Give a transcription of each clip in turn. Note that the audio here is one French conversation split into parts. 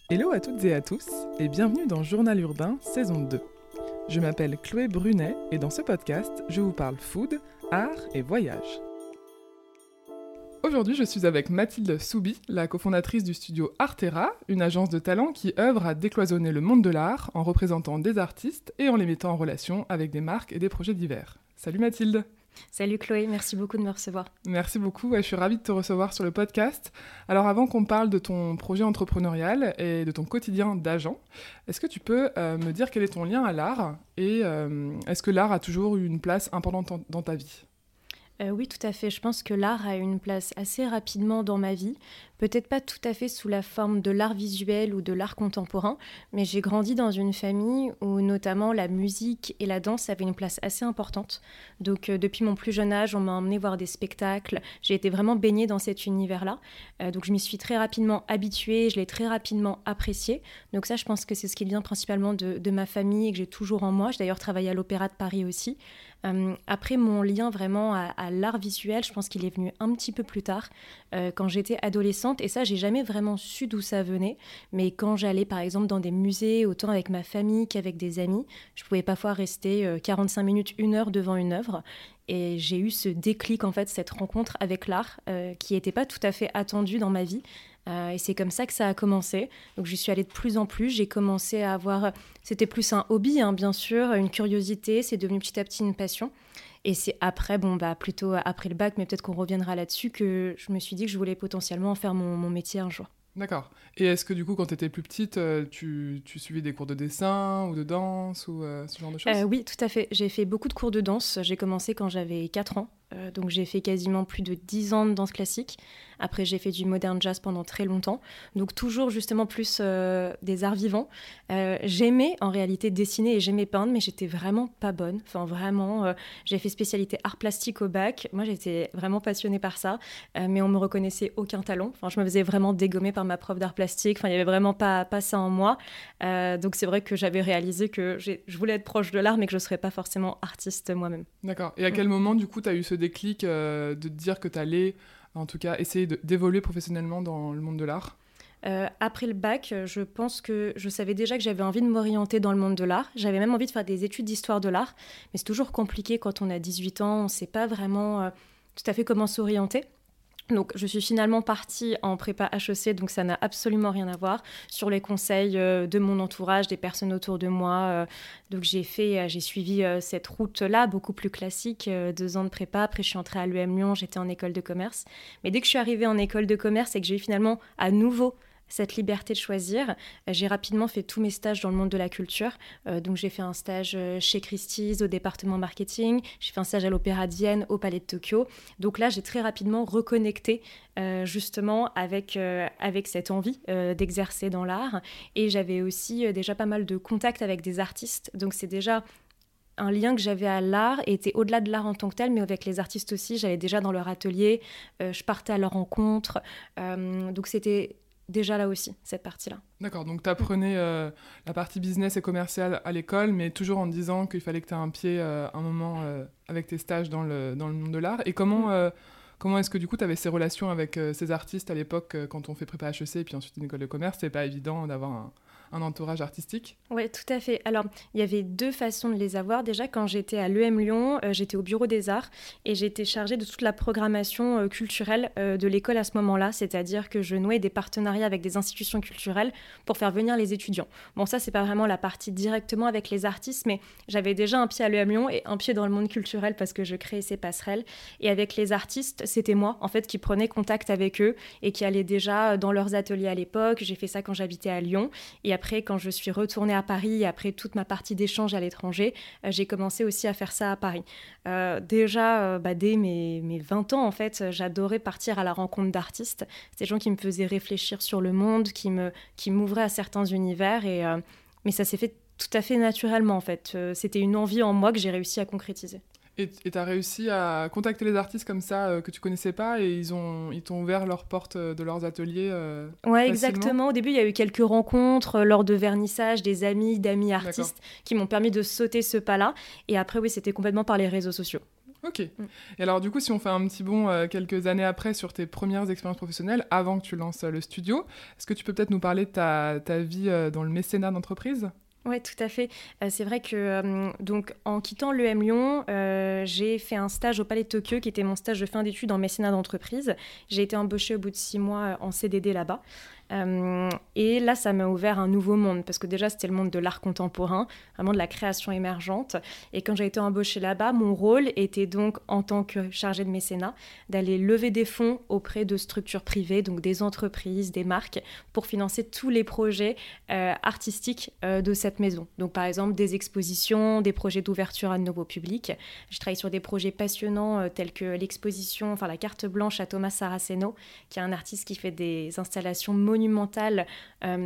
Hello à toutes et à tous et bienvenue dans Journal Urbain saison 2. Je m'appelle Chloé Brunet et dans ce podcast, je vous parle food, art et voyage. Aujourd'hui, je suis avec Mathilde Soubi, la cofondatrice du studio Artera, une agence de talent qui œuvre à décloisonner le monde de l'art en représentant des artistes et en les mettant en relation avec des marques et des projets divers. Salut Mathilde. Salut Chloé, merci beaucoup de me recevoir. Merci beaucoup, je suis ravie de te recevoir sur le podcast. Alors avant qu'on parle de ton projet entrepreneurial et de ton quotidien d'agent, est-ce que tu peux me dire quel est ton lien à l'art et est-ce que l'art a toujours eu une place importante dans ta vie ? Oui, tout à fait. Je pense que l'art a eu une place assez rapidement dans ma vie. Peut-être pas tout à fait sous la forme de l'art visuel ou de l'art contemporain, mais j'ai grandi dans une famille où notamment la musique et la danse avaient une place assez importante. Donc depuis mon plus jeune âge, on m'a emmenée voir des spectacles. J'ai été vraiment baignée dans cet univers-là. Donc je m'y suis très rapidement habituée, je l'ai très rapidement apprécié. Donc ça, je pense que c'est ce qui vient principalement de ma famille et que j'ai toujours en moi. J'ai d'ailleurs travaillé à l'Opéra de Paris aussi. Après, mon lien vraiment à l'art visuel, je pense qu'il est venu un petit peu plus tard, quand j'étais adolescente. Et ça, j'ai jamais vraiment su d'où ça venait. Mais quand j'allais, par exemple, dans des musées, autant avec ma famille qu'avec des amis, je pouvais parfois rester 45 minutes, 1 heure devant une œuvre. Et j'ai eu ce déclic, en fait, cette rencontre avec l'art, qui n'était pas tout à fait attendue dans ma vie. Et c'est comme ça que ça a commencé. Donc je suis allée de plus en plus. J'ai commencé à avoir... C'était plus un hobby, hein, bien sûr, une curiosité. C'est devenu petit à petit une passion. Et c'est après, plutôt après le bac, mais peut-être qu'on reviendra là-dessus, que je me suis dit que je voulais potentiellement en faire mon métier un jour. D'accord. Et est-ce que du coup, quand tu étais plus petite, tu suivais des cours de dessin ou de danse ou ce genre de choses ? Oui, tout à fait. J'ai fait beaucoup de cours de danse. J'ai commencé quand j'avais 4 ans. Donc j'ai fait quasiment plus de 10 ans de danse classique. Après, j'ai fait du modern jazz pendant très longtemps. Donc toujours justement plus des arts vivants. J'aimais en réalité dessiner et j'aimais peindre, mais j'étais vraiment pas bonne. Enfin vraiment, j'ai fait spécialité art plastique au bac. Moi, j'étais vraiment passionnée par ça. Mais on me reconnaissait aucun talent. Enfin, je me faisais vraiment dégommer par ma prof d'art plastique. Enfin, il y avait vraiment pas ça en moi. Donc c'est vrai que j'avais réalisé que je voulais être proche de l'art, mais que je ne serais pas forcément artiste moi-même. D'accord. Et à quel moment, du coup, tu as eu ce déclic de te dire que tu allais, en tout cas, essayer d'évoluer professionnellement dans le monde de l'art ? Après le bac, je pense que je savais déjà que j'avais envie de m'orienter dans le monde de l'art. J'avais même envie de faire des études d'histoire de l'art. Mais c'est toujours compliqué quand on a 18 ans. On ne sait pas vraiment tout à fait comment s'orienter. Donc, je suis finalement partie en prépa HEC, donc ça n'a absolument rien à voir, sur les conseils de mon entourage, des personnes autour de moi. Donc, j'ai suivi cette route-là, beaucoup plus classique, 2 ans de prépa. Après, je suis entrée à l'EM Lyon, j'étais en école de commerce. Mais dès que je suis arrivée en école de commerce et que j'ai eu finalement à nouveau cette liberté de choisir, j'ai rapidement fait tous mes stages dans le monde de la culture. Donc j'ai fait un stage chez Christie's au département marketing, j'ai fait un stage à l'Opéra de Vienne, au Palais de Tokyo. Donc là, j'ai très rapidement reconnecté justement avec cette envie d'exercer dans l'art. Et j'avais aussi déjà pas mal de contacts avec des artistes. Donc c'est déjà un lien que j'avais à l'art et était au-delà de l'art en tant que tel, mais avec les artistes aussi. J'allais déjà dans leur atelier, je partais à leur rencontre. Donc c'était déjà là aussi, cette partie-là. D'accord, donc tu apprenais la partie business et commerciale à l'école, mais toujours en te disant qu'il fallait que tu aies un pied un moment avec tes stages dans le monde de l'art. Et comment est-ce que du coup tu avais ces relations avec ces artistes à l'époque quand on fait prépa HEC et puis ensuite une école de commerce? C'est pas évident d'avoir un entourage artistique? Oui, tout à fait. Alors, il y avait 2 façons de les avoir. Déjà, quand j'étais à l'EM Lyon, j'étais au bureau des arts et j'étais chargée de toute la programmation culturelle de l'école à ce moment-là. C'est-à-dire que je nouais des partenariats avec des institutions culturelles pour faire venir les étudiants. Bon, ça, c'est pas vraiment la partie directement avec les artistes, mais j'avais déjà un pied à l'EM Lyon et un pied dans le monde culturel parce que je créais ces passerelles. Et avec les artistes, c'était moi, en fait, qui prenais contact avec eux et qui allait déjà dans leurs ateliers à l'époque. J'ai fait ça quand j'habitais à Lyon. Et après, quand je suis retournée à Paris, après toute ma partie d'échange à l'étranger, j'ai commencé aussi à faire ça à Paris. Dès mes 20 ans, en fait, j'adorais partir à la rencontre d'artistes. C'est des gens qui me faisaient réfléchir sur le monde, qui m'ouvraient à certains univers. Mais ça s'est fait tout à fait naturellement, en fait. C'était une envie en moi que j'ai réussi à concrétiser. Et tu as réussi à contacter les artistes comme ça que tu connaissais pas et ils t'ont ouvert leurs portes de leurs ateliers Ouais, facilement? exactement. Au début, il y a eu quelques rencontres lors de vernissage, d'amis artistes qui m'ont permis de sauter ce pas-là. Et après, oui, c'était complètement par les réseaux sociaux. Ok. Et alors, du coup, si on fait un petit bond quelques années après sur tes premières expériences professionnelles, avant que tu lances le studio, est-ce que tu peux peut-être nous parler de ta vie dans le mécénat d'entreprise ? Oui, tout à fait. C'est vrai que donc, en quittant l'EM Lyon, j'ai fait un stage au Palais de Tokyo, qui était mon stage de fin d'études en mécénat d'entreprise. J'ai été embauchée au bout de 6 mois en CDD là-bas. Et là, ça m'a ouvert un nouveau monde, parce que déjà, c'était le monde de l'art contemporain, vraiment de la création émergente. Et quand j'ai été embauchée là-bas, mon rôle était donc, en tant que chargée de mécénat, d'aller lever des fonds auprès de structures privées, donc des entreprises, des marques, pour financer tous les projets artistiques de cette maison. Donc, par exemple, des expositions, des projets d'ouverture à de nouveaux publics. Je travaille sur des projets passionnants tels que l'exposition, enfin la carte blanche à Thomas Saraceno, qui est un artiste qui fait des installations monumentale à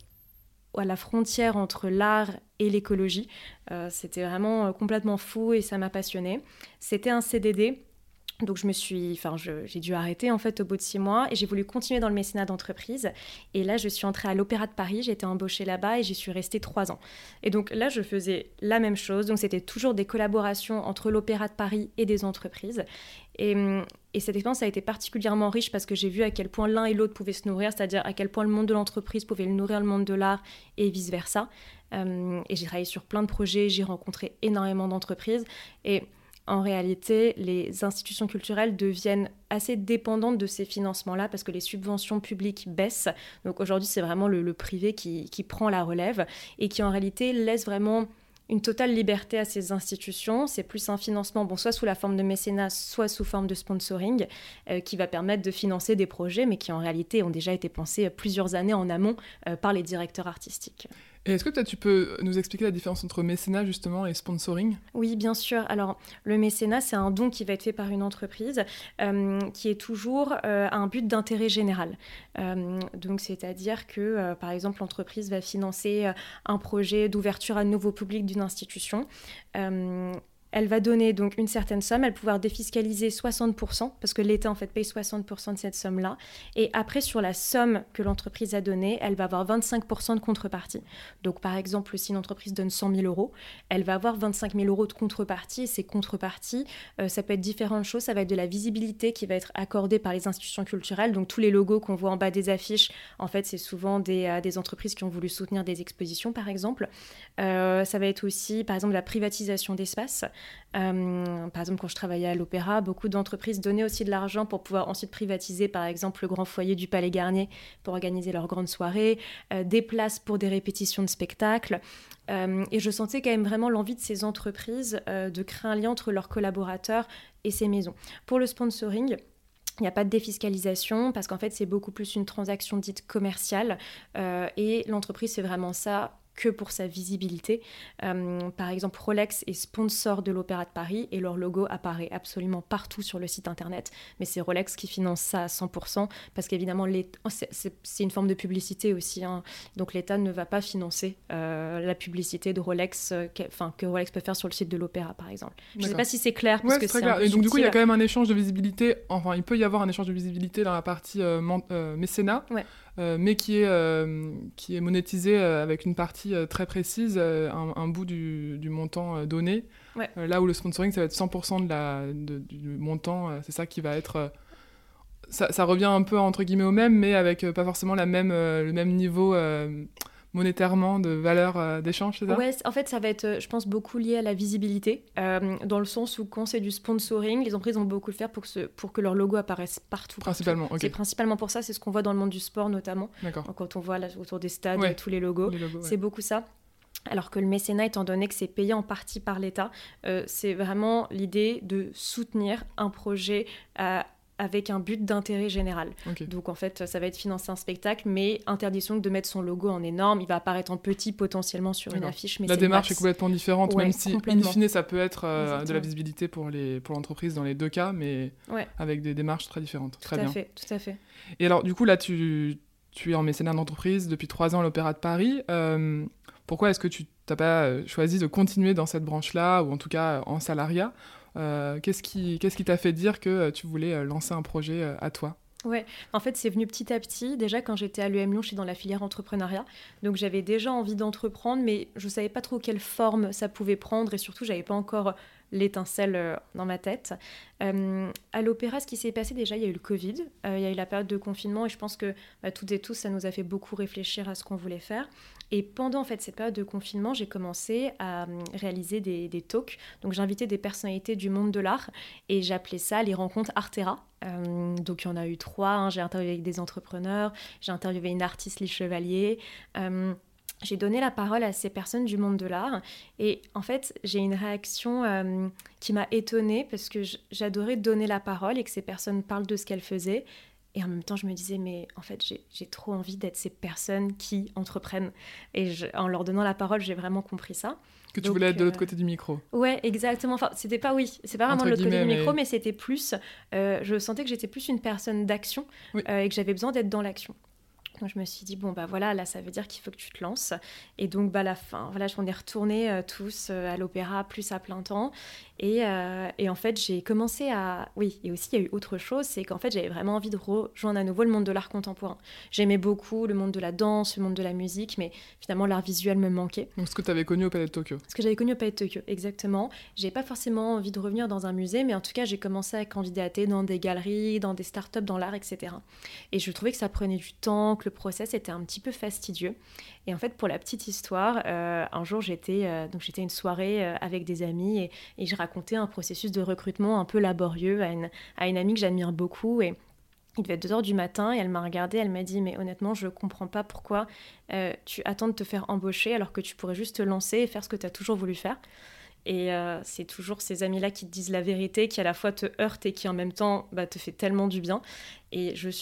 la frontière entre l'art et l'écologie. C'était vraiment complètement fou et ça m'a passionnée. C'était un CDD. Donc j'ai dû arrêter en fait au bout de 6 mois et j'ai voulu continuer dans le mécénat d'entreprise. Et là, je suis entrée à l'Opéra de Paris, j'ai été embauchée là-bas et j'y suis restée 3 ans. Et donc là, je faisais la même chose. Donc c'était toujours des collaborations entre l'Opéra de Paris et des entreprises. Et cette expérience a été particulièrement riche parce que j'ai vu à quel point l'un et l'autre pouvaient se nourrir, c'est-à-dire à quel point le monde de l'entreprise pouvait nourrir le monde de l'art et vice-versa. Et j'ai travaillé sur plein de projets, j'ai rencontré énormément d'entreprises. Et en réalité, les institutions culturelles deviennent assez dépendantes de ces financements-là parce que les subventions publiques baissent. Donc aujourd'hui, c'est vraiment le privé qui prend la relève et qui en réalité laisse vraiment une totale liberté à ces institutions. C'est plus un financement, soit sous la forme de mécénat, soit sous forme de sponsoring, qui va permettre de financer des projets, mais qui en réalité ont déjà été pensés plusieurs années en amont par les directeurs artistiques. Et est-ce que peut-être tu peux nous expliquer la différence entre mécénat justement et sponsoring ? Oui, bien sûr. Alors, le mécénat, c'est un don qui va être fait par une entreprise qui est toujours à un but d'intérêt général. Donc, c'est-à-dire que, par exemple, l'entreprise va financer un projet d'ouverture à de nouveaux publics d'une institution. Elle va donner donc une certaine somme, elle va pouvoir défiscaliser 60%, parce que l'État en fait paye 60% de cette somme-là. Et après, sur la somme que l'entreprise a donnée, elle va avoir 25% de contrepartie. Donc par exemple, si une entreprise donne 100 000 euros, elle va avoir 25 000 euros de contrepartie. Et ces contreparties, ça peut être différentes choses. Ça va être de la visibilité qui va être accordée par les institutions culturelles. Donc tous les logos qu'on voit en bas des affiches, en fait, c'est souvent des entreprises qui ont voulu soutenir des expositions, par exemple. Ça va être aussi, par exemple, la privatisation d'espaces. Par exemple, quand je travaillais à l'Opéra, beaucoup d'entreprises donnaient aussi de l'argent pour pouvoir ensuite privatiser, par exemple, le grand foyer du Palais Garnier pour organiser leurs grandes soirées, des places pour des répétitions de spectacles. Et je sentais quand même vraiment l'envie de ces entreprises de créer un lien entre leurs collaborateurs et ces maisons. Pour le sponsoring, il n'y a pas de défiscalisation parce qu'en fait, c'est beaucoup plus une transaction dite commerciale et l'entreprise fait vraiment ça que pour sa visibilité. Par exemple, Rolex est sponsor de l'Opéra de Paris et leur logo apparaît absolument partout sur le site internet. Mais c'est Rolex qui finance ça à 100% parce qu'évidemment, c'est une forme de publicité aussi. Hein. Donc l'État ne va pas financer la publicité de Rolex que Rolex peut faire sur le site de l'Opéra, par exemple. Je ne sais pas si c'est clair. Parce que c'est clair. Et donc du coup, il y a quand même un échange de visibilité. Enfin, il peut y avoir un échange de visibilité dans la partie mécénat. Ouais. Mais qui est monétisé avec une partie très précise, un bout du montant donné. Ouais. Là où le sponsoring, ça va être 100% du montant. C'est ça qui va être... ça revient un peu entre guillemets au même, mais avec pas forcément le même niveau monétairement de valeur d'échange, c'est ça ? Ouais, en fait, ça va être, je pense, beaucoup lié à la visibilité, dans le sens où quand c'est du sponsoring, les entreprises vont beaucoup le faire pour que leur logo apparaisse partout. Principalement, ok. C'est principalement pour ça, c'est ce qu'on voit dans le monde du sport notamment. D'accord. Quand on voit là, autour des stades, tous les logos, c'est beaucoup ça. Alors que le mécénat, étant donné que c'est payé en partie par l'État, c'est vraiment l'idée de soutenir un projet avec un but d'intérêt général. Okay. Donc en fait, ça va être financer un spectacle, mais interdiction de mettre son logo en énorme. Il va apparaître en petit potentiellement sur une affiche. Mais la démarche est complètement différente, même si in fine ça peut être de la visibilité pour l'entreprise dans les deux cas, mais avec des démarches très différentes. Très bien. Tout à fait. Et alors du coup là, tu es en mécénat d'entreprise depuis 3 ans à l'Opéra de Paris. Pourquoi est-ce que tu n'as pas choisi de continuer dans cette branche-là, ou en tout cas en salariat ? Qu'est-ce qui t'a fait dire que tu voulais lancer un projet à toi ? Ouais, en fait, c'est venu petit à petit. Déjà, quand j'étais à l'EM Lyon, je suis dans la filière entrepreneuriat. Donc, j'avais déjà envie d'entreprendre, mais je ne savais pas trop quelle forme ça pouvait prendre. Et surtout, je n'avais pas encore l'étincelle dans ma tête. À l'opéra, ce qui s'est passé déjà, il y a eu le Covid, il y a eu la période de confinement et je pense que toutes et tous, ça nous a fait beaucoup réfléchir à ce qu'on voulait faire. Et pendant en fait, cette période de confinement, j'ai commencé à réaliser des talks. Donc j'invitais des personnalités du monde de l'art et j'appelais ça les rencontres Artera. Donc il y en a eu 3, hein. J'ai interviewé des entrepreneurs, j'ai interviewé une artiste, Lise Chevalier. J'ai donné la parole à ces personnes du monde de l'art et en fait j'ai une réaction qui m'a étonnée parce que j'adorais donner la parole et que ces personnes parlent de ce qu'elles faisaient. Et en même temps, je me disais, mais en fait, j'ai trop envie d'être ces personnes qui entreprennent. Et en leur donnant la parole, j'ai vraiment compris ça. Que tu voulais être de l'autre côté du micro. Ouais, exactement. Enfin, c'est pas vraiment de l'autre côté du micro, mais c'était plus... je sentais que j'étais plus une personne d'action et que j'avais besoin d'être dans l'action. Donc je me suis dit, bon, bah voilà, là, ça veut dire qu'il faut que tu te lances. Et donc, bah, à la fin, voilà, on est retournés tous à l'opéra, plus à plein temps. Et en fait, j'ai commencé à... Oui, et aussi, il y a eu autre chose, c'est qu'en fait, j'avais vraiment envie de rejoindre à nouveau le monde de l'art contemporain. J'aimais beaucoup le monde de la danse, le monde de la musique, mais finalement, l'art visuel me manquait. Donc, ce que tu avais connu au Palais de Tokyo. Ce que j'avais connu au Palais de Tokyo, exactement. J'ai pas forcément envie de revenir dans un musée, mais en tout cas, j'ai commencé à candidater dans des galeries, dans des startups, dans l'art, etc. Et je trouvais que ça prenait du temps, que le process était un petit peu fastidieux. Et en fait, pour la petite histoire, un jour, j'étais à une soirée avec des amis et je racontais un processus de recrutement un peu laborieux à une amie que j'admire beaucoup. Et il devait être 2h du matin et elle m'a regardée, elle m'a dit « Mais honnêtement, je comprends pas pourquoi tu attends de te faire embaucher alors que tu pourrais juste te lancer et faire ce que tu as toujours voulu faire. » Et c'est toujours ces amis-là qui te disent la vérité, qui à la fois te heurtent et qui en même temps te fait tellement du bien. Et je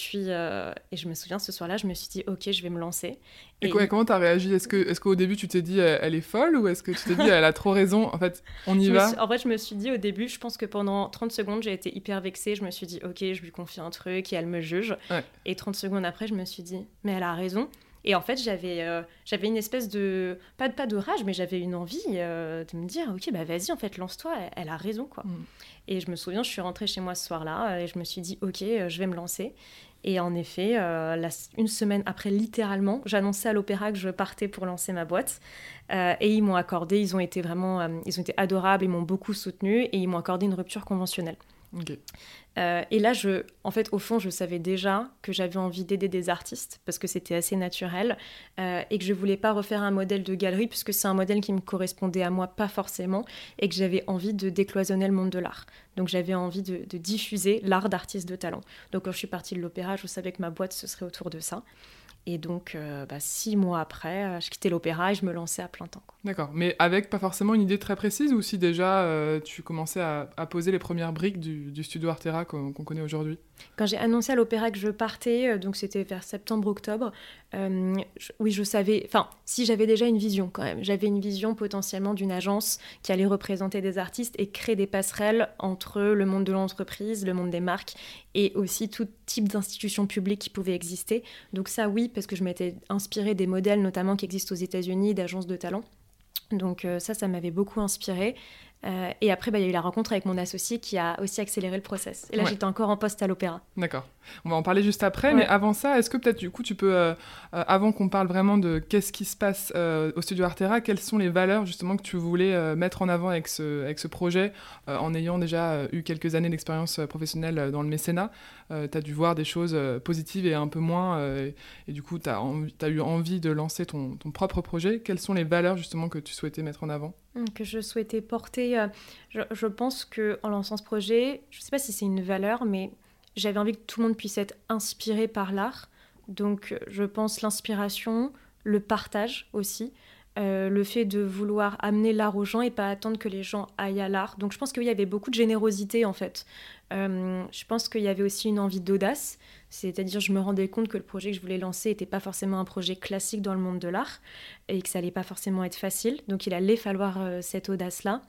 me souviens, ce soir-là, je me suis dit, ok, je vais me lancer. Et comment t'as réagi ? Est-ce qu'au début, tu t'es dit, elle est folle ? Ou est-ce que tu t'es dit, elle a trop raison ? En fait, on y va. En fait, je me suis dit, au début, je pense que pendant 30 secondes, j'ai été hyper vexée. Je me suis dit, ok, je lui confie un truc et elle me juge. Ouais. Et 30 secondes après, je me suis dit, mais elle a raison. Et en fait, j'avais une espèce de... Pas de rage, mais j'avais une envie de me dire, ok, bah vas-y, en fait, lance-toi, elle a raison, quoi. Et je me souviens, je suis rentrée chez moi ce soir-là et je me suis dit, ok, je vais me lancer. Et en effet, une semaine après, littéralement, j'annonçais à l'opéra que je partais pour lancer ma boîte. Et ils m'ont accordé, ils ont été adorables, ils m'ont beaucoup soutenue et ils m'ont accordé une rupture conventionnelle. Ok. Et là, en fait, au fond, je savais déjà que j'avais envie d'aider des artistes parce que c'était assez naturel et que je voulais pas refaire un modèle de galerie puisque c'est un modèle qui me correspondait à moi pas forcément et que j'avais envie de décloisonner le monde de l'art. Donc j'avais envie de diffuser l'art d'artistes de talent. Donc quand je suis partie de l'opéra, je savais que ma boîte, ce serait autour de ça. Et donc, 6 mois après, je quittais l'opéra et je me lançais à plein temps, quoi. D'accord, mais avec pas forcément une idée très précise ou si déjà tu commençais à poser les premières briques du studio Artera qu'on connaît aujourd'hui ? Quand j'ai annoncé à l'opéra que je partais, donc c'était vers septembre-octobre, je savais... Enfin, si j'avais déjà une vision quand même. J'avais une vision potentiellement d'une agence qui allait représenter des artistes et créer des passerelles entre le monde de l'entreprise, le monde des marques et aussi tout type d'institutions publiques qui pouvaient exister. Donc ça, oui, parce que je m'étais inspirée des modèles notamment qui existent aux États-Unis d'agences de talent. Donc ça m'avait beaucoup inspirée. Et après, il y a eu la rencontre avec mon associé qui a aussi accéléré le process. Et là, j'étais encore en poste à l'opéra. D'accord. On va en parler juste après. Mais avant ça, est-ce que peut-être, du coup, tu peux, avant qu'on parle vraiment de qu'est-ce qui se passe au studio Artera, quelles sont les valeurs, justement, que tu voulais mettre en avant avec ce projet, en ayant déjà eu quelques années d'expérience professionnelle dans le mécénat. Tu as dû voir des choses positives et un peu moins. Et du coup, tu as eu envie de lancer ton propre projet. Quelles sont les valeurs, justement, que tu souhaitais mettre en avant ? Que je souhaitais porter. Je pense qu'en lançant ce projet, je ne sais pas si c'est une valeur, mais j'avais envie que tout le monde puisse être inspiré par l'art. Donc, je pense l'inspiration, le partage aussi, le fait de vouloir amener l'art aux gens et pas attendre que les gens aillent à l'art. Donc, je pense qu'il y avait beaucoup de générosité, en fait. Je pense qu'il y avait aussi une envie d'audace. C'est-à-dire, je me rendais compte que le projet que je voulais lancer n'était pas forcément un projet classique dans le monde de l'art et que ça n'allait pas forcément être facile. Donc, il allait falloir cette audace-là.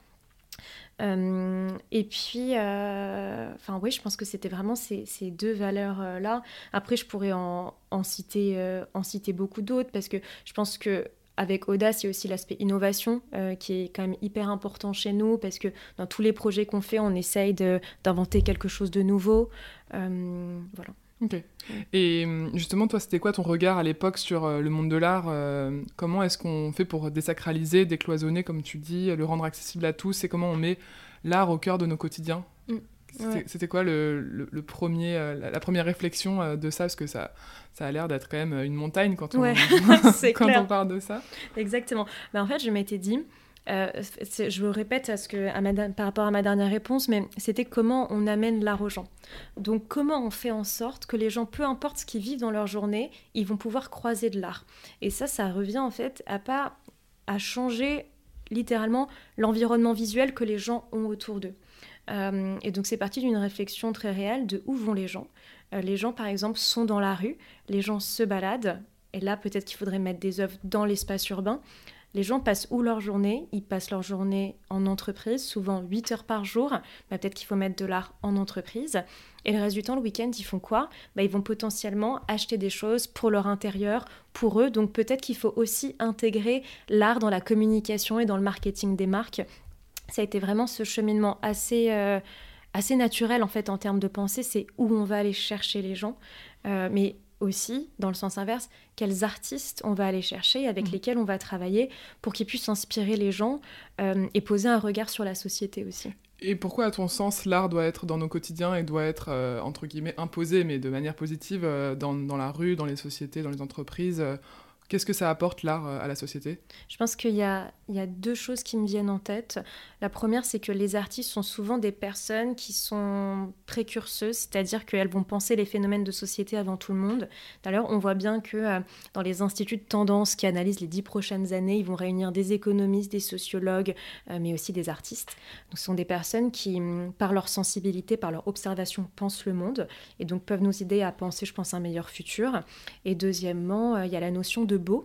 Et puis, oui, je pense que c'était vraiment ces deux valeurs-là. Après, je pourrais en citer beaucoup d'autres parce que je pense que avec audace, il y a aussi l'aspect innovation qui est quand même hyper important chez nous parce que dans tous les projets qu'on fait, on essaye d'inventer quelque chose de nouveau. Voilà. Ok. Et justement, toi, c'était quoi ton regard à l'époque sur le monde de l'art? Comment est-ce qu'on fait pour désacraliser, décloisonner, comme tu dis, le rendre accessible à tous, et comment on met l'art au cœur de nos quotidiens? Ouais. C'était quoi le premier, la première réflexion de ça? Parce que ça a l'air d'être quand même une montagne quand on, Ouais, c'est quand clair. on parle de ça. Exactement. Mais en fait, je m'étais dit, je me répète par rapport à ma dernière réponse, mais c'était comment on amène l'art aux gens. Donc, comment on fait en sorte que les gens, peu importe ce qu'ils vivent dans leur journée, ils vont pouvoir croiser de l'art. Et ça revient en fait à changer littéralement l'environnement visuel que les gens ont autour d'eux. Et donc c'est parti d'une réflexion très réelle de où vont les gens. Les gens, par exemple, sont dans la rue, les gens se baladent, et là peut-être qu'il faudrait mettre des œuvres dans l'espace urbain. Les gens passent où leur journée? Ils passent leur journée en entreprise, souvent 8 heures par jour. Peut-être qu'il faut mettre de l'art en entreprise. Et le reste du temps, le week-end, ils font quoi? Ils vont potentiellement acheter des choses pour leur intérieur, pour eux. Donc peut-être qu'il faut aussi intégrer l'art dans la communication et dans le marketing des marques. Ça a été vraiment ce cheminement assez naturel en fait en termes de pensée, c'est où on va aller chercher les gens, mais aussi, dans le sens inverse, quels artistes on va aller chercher, avec lesquels on va travailler pour qu'ils puissent inspirer les gens et poser un regard sur la société aussi. Et pourquoi, à ton sens, l'art doit être dans nos quotidiens et doit être, entre guillemets, imposé, mais de manière positive, dans la rue, dans les sociétés, dans les entreprises? Qu'est-ce que ça apporte, l'art, à la société? Je pense qu'il y a 2 choses qui me viennent en tête. La première, c'est que les artistes sont souvent des personnes qui sont précurseuses, c'est-à-dire qu'elles vont penser les phénomènes de société avant tout le monde. D'ailleurs, on voit bien que dans les instituts de tendance qui analysent les 10 prochaines années, ils vont réunir des économistes, des sociologues, mais aussi des artistes. Donc, ce sont des personnes qui, par leur sensibilité, par leur observation, pensent le monde et donc peuvent nous aider à penser, je pense, un meilleur futur. Et deuxièmement, il y a la notion de beau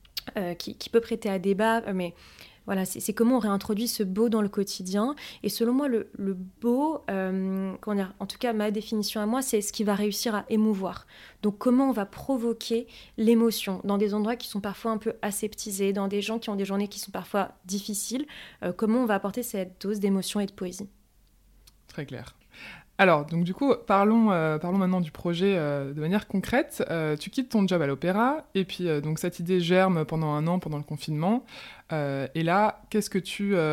qui peut prêter à débat, mais voilà, c'est comment on réintroduit ce beau dans le quotidien. Et selon moi, le beau, comment dire, en tout cas ma définition à moi, c'est ce qui va réussir à émouvoir. Donc comment on va provoquer l'émotion dans des endroits qui sont parfois un peu aseptisés, dans des gens qui ont des journées qui sont parfois difficiles, comment on va apporter cette dose d'émotion et de poésie. Très clair. Alors, donc du coup, parlons maintenant du projet de manière concrète. Tu quittes ton job à l'Opéra, et puis donc cette idée germe pendant un an, pendant le confinement. Et là, qu'est-ce que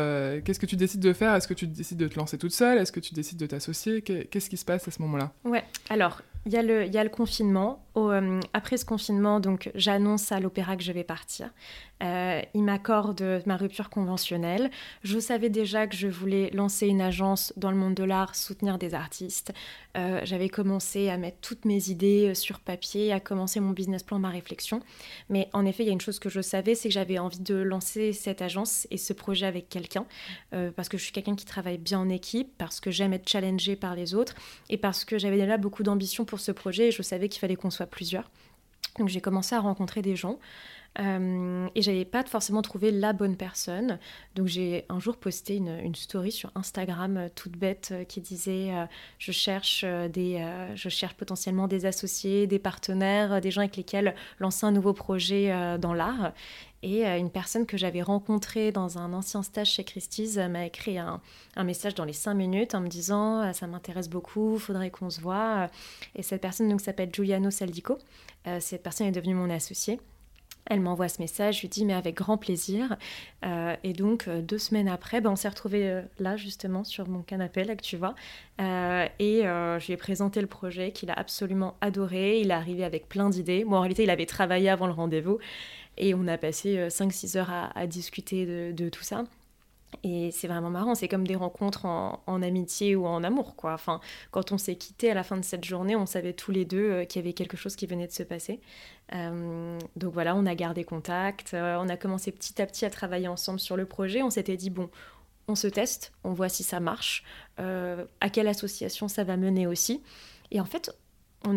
tu décides de faire? Est-ce que tu décides de te lancer toute seule? Est-ce que tu décides de t'associer? Qu'est-ce qui se passe à ce moment-là? Ouais, alors, il y a le confinement. Après ce confinement, donc, j'annonce à l'Opéra que je vais partir. Il m'accorde ma rupture conventionnelle. Je savais déjà que je voulais lancer une agence dans le monde de l'art, soutenir des artistes. J'avais commencé à mettre toutes mes idées sur papier, à commencer mon business plan, ma réflexion. Mais en effet, il y a une chose que je savais, c'est que j'avais envie de lancer cette agence et ce projet avec quelqu'un. Parce que je suis quelqu'un qui travaille bien en équipe, parce que j'aime être challengée par les autres et parce que j'avais déjà beaucoup d'ambition pour ce projet et je savais qu'il fallait qu'on soit plusieurs. Donc j'ai commencé à rencontrer des gens. Et j'avais pas forcément trouvé la bonne personne. Donc j'ai un jour posté une story sur Instagram toute bête qui disait je cherche potentiellement des associés, des partenaires, des gens avec lesquels lancer un nouveau projet dans l'art. Et une personne que j'avais rencontrée dans un ancien stage chez Christie's m'a écrit un message dans les 5 minutes en me disant ça m'intéresse beaucoup, faudrait qu'on se voit. Et cette personne donc s'appelle Giuliano Saldico. Cette personne est devenue mon associée. Elle m'envoie ce message, je lui dis mais avec grand plaisir. Et donc 2 semaines après, on s'est retrouvés là justement sur mon canapé là que tu vois. Et je lui ai présenté le projet qu'il a absolument adoré. Il est arrivé avec plein d'idées. Bon, en réalité, il avait travaillé avant le rendez-vous. Et on a passé 5-6 heures à discuter de tout ça. Et c'est vraiment marrant, c'est comme des rencontres en amitié ou en amour, quoi. Enfin, quand on s'est quittés à la fin de cette journée, on savait tous les deux qu'il y avait quelque chose qui venait de se passer. Donc voilà, on a gardé contact, on a commencé petit à petit à travailler ensemble sur le projet. On s'était dit, bon, on se teste, on voit si ça marche, à quelle association ça va mener aussi. Et en fait, on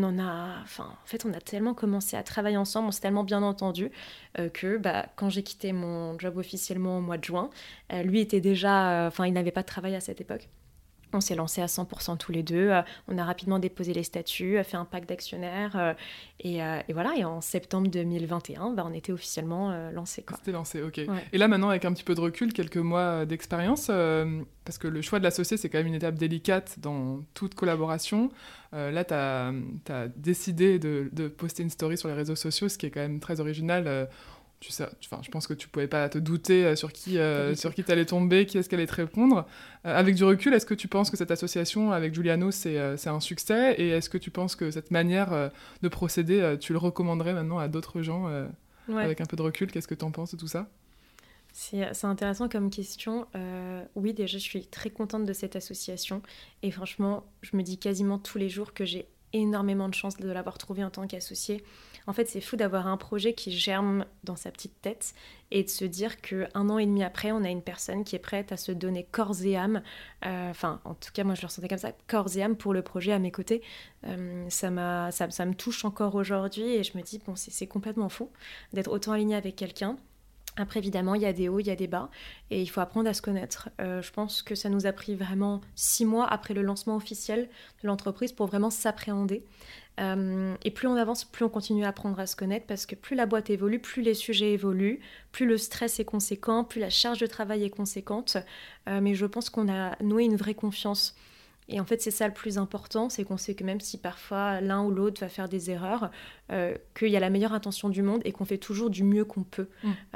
a tellement commencé à travailler ensemble, on s'est tellement bien entendus que quand j'ai quitté mon job officiellement au mois de juin, lui était déjà, il n'avait pas de travail à cette époque. On s'est lancé à 100% tous les deux. On a rapidement déposé les statuts, fait un pacte d'actionnaires. Et voilà, et en septembre 2021, on était officiellement lancé. C'était lancé, ok. Ouais. Et là, maintenant, avec un petit peu de recul, quelques mois d'expérience, parce que le choix de l'associé, c'est quand même une étape délicate dans toute collaboration. Là, tu as décidé de poster une story sur les réseaux sociaux, ce qui est quand même très original. Tu sais, je pense que tu pouvais pas te douter sur qui t'allais tomber, qui est-ce qu'elle allait te répondre. Avec du recul, est-ce que tu penses que cette association avec Giuliano, c'est un succès? Et est-ce que tu penses que cette manière de procéder, tu le recommanderais maintenant à d'autres gens avec un peu de recul? Qu'est-ce que tu en penses de tout ça? C'est intéressant comme question. Oui, déjà, je suis très contente de cette association. Et franchement, je me dis quasiment tous les jours que j'ai énormément de chance de l'avoir trouvé en tant qu'associé. En fait, c'est fou d'avoir un projet qui germe dans sa petite tête et de se dire qu'un an et demi après, on a une personne qui est prête à se donner corps et âme. Enfin, en tout cas, moi, je le ressentais comme ça, corps et âme pour le projet à mes côtés. Ça me touche encore aujourd'hui et je me dis, bon, c'est complètement fou d'être autant aligné avec quelqu'un. Après, évidemment, il y a des hauts, il y a des bas, et il faut apprendre à se connaître. Je pense que ça nous a pris vraiment 6 mois après le lancement officiel de l'entreprise pour vraiment s'appréhender. Et plus on avance, plus on continue à apprendre à se connaître, parce que plus la boîte évolue, plus les sujets évoluent, plus le stress est conséquent, plus la charge de travail est conséquente. Mais je pense qu'on a noué une vraie confiance. Et en fait, c'est ça le plus important, c'est qu'on sait que même si parfois l'un ou l'autre va faire des erreurs, qu'il y a la meilleure intention du monde et qu'on fait toujours du mieux qu'on peut.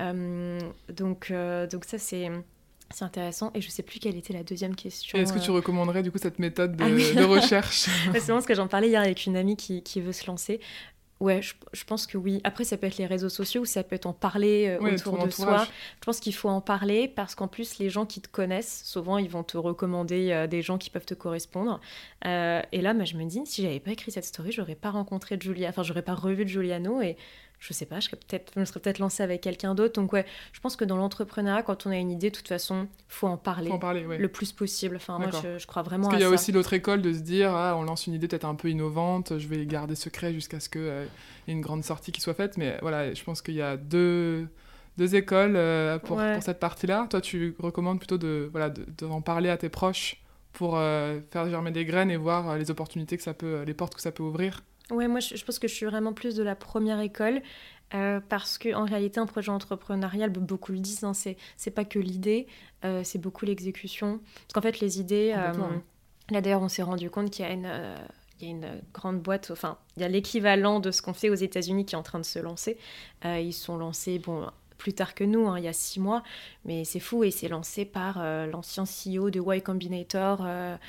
Donc ça, c'est intéressant. Et je ne sais plus quelle était la deuxième question. Et est-ce que tu recommanderais du coup cette méthode de recherche? C'est vraiment ce que j'en parlais hier avec une amie qui veut se lancer. Ouais, je pense que oui. Après, ça peut être les réseaux sociaux ou ça peut être en parler autour de soi. Je pense qu'il faut en parler parce qu'en plus, les gens qui te connaissent, souvent, ils vont te recommander des gens qui peuvent te correspondre. Et là, je me dis, si j'avais pas écrit cette story, j'aurais pas rencontré j'aurais pas revu Giuliano et je sais pas, je me serais peut-être lancée avec quelqu'un d'autre. Donc ouais, je pense que dans l'entrepreneuriat, quand on a une idée, de toute façon, faut en parler, le plus possible. Enfin, moi, je crois vraiment à ça. Parce qu'il y a aussi l'autre école de se dire, on lance une idée peut-être un peu innovante, je vais garder secret jusqu'à ce qu'il y ait une grande sortie qui soit faite. Mais voilà, je pense qu'il y a deux écoles pour cette partie-là. Toi, tu recommandes plutôt d'en parler à tes proches pour faire germer des graines et voir les opportunités les portes que ça peut ouvrir. Ouais, moi je pense que je suis vraiment plus de la première école parce qu'en réalité un projet entrepreneurial, beaucoup le disent, hein, c'est pas que l'idée, c'est beaucoup l'exécution. Parce qu'en fait les idées, là d'ailleurs on s'est rendu compte qu'il y a une grande boîte, enfin il y a l'équivalent de ce qu'on fait aux États-Unis qui est en train de se lancer. Ils sont lancés, plus tard que nous, il y a 6 mois, mais c'est fou et c'est lancé par l'ancien CEO de Y Combinator.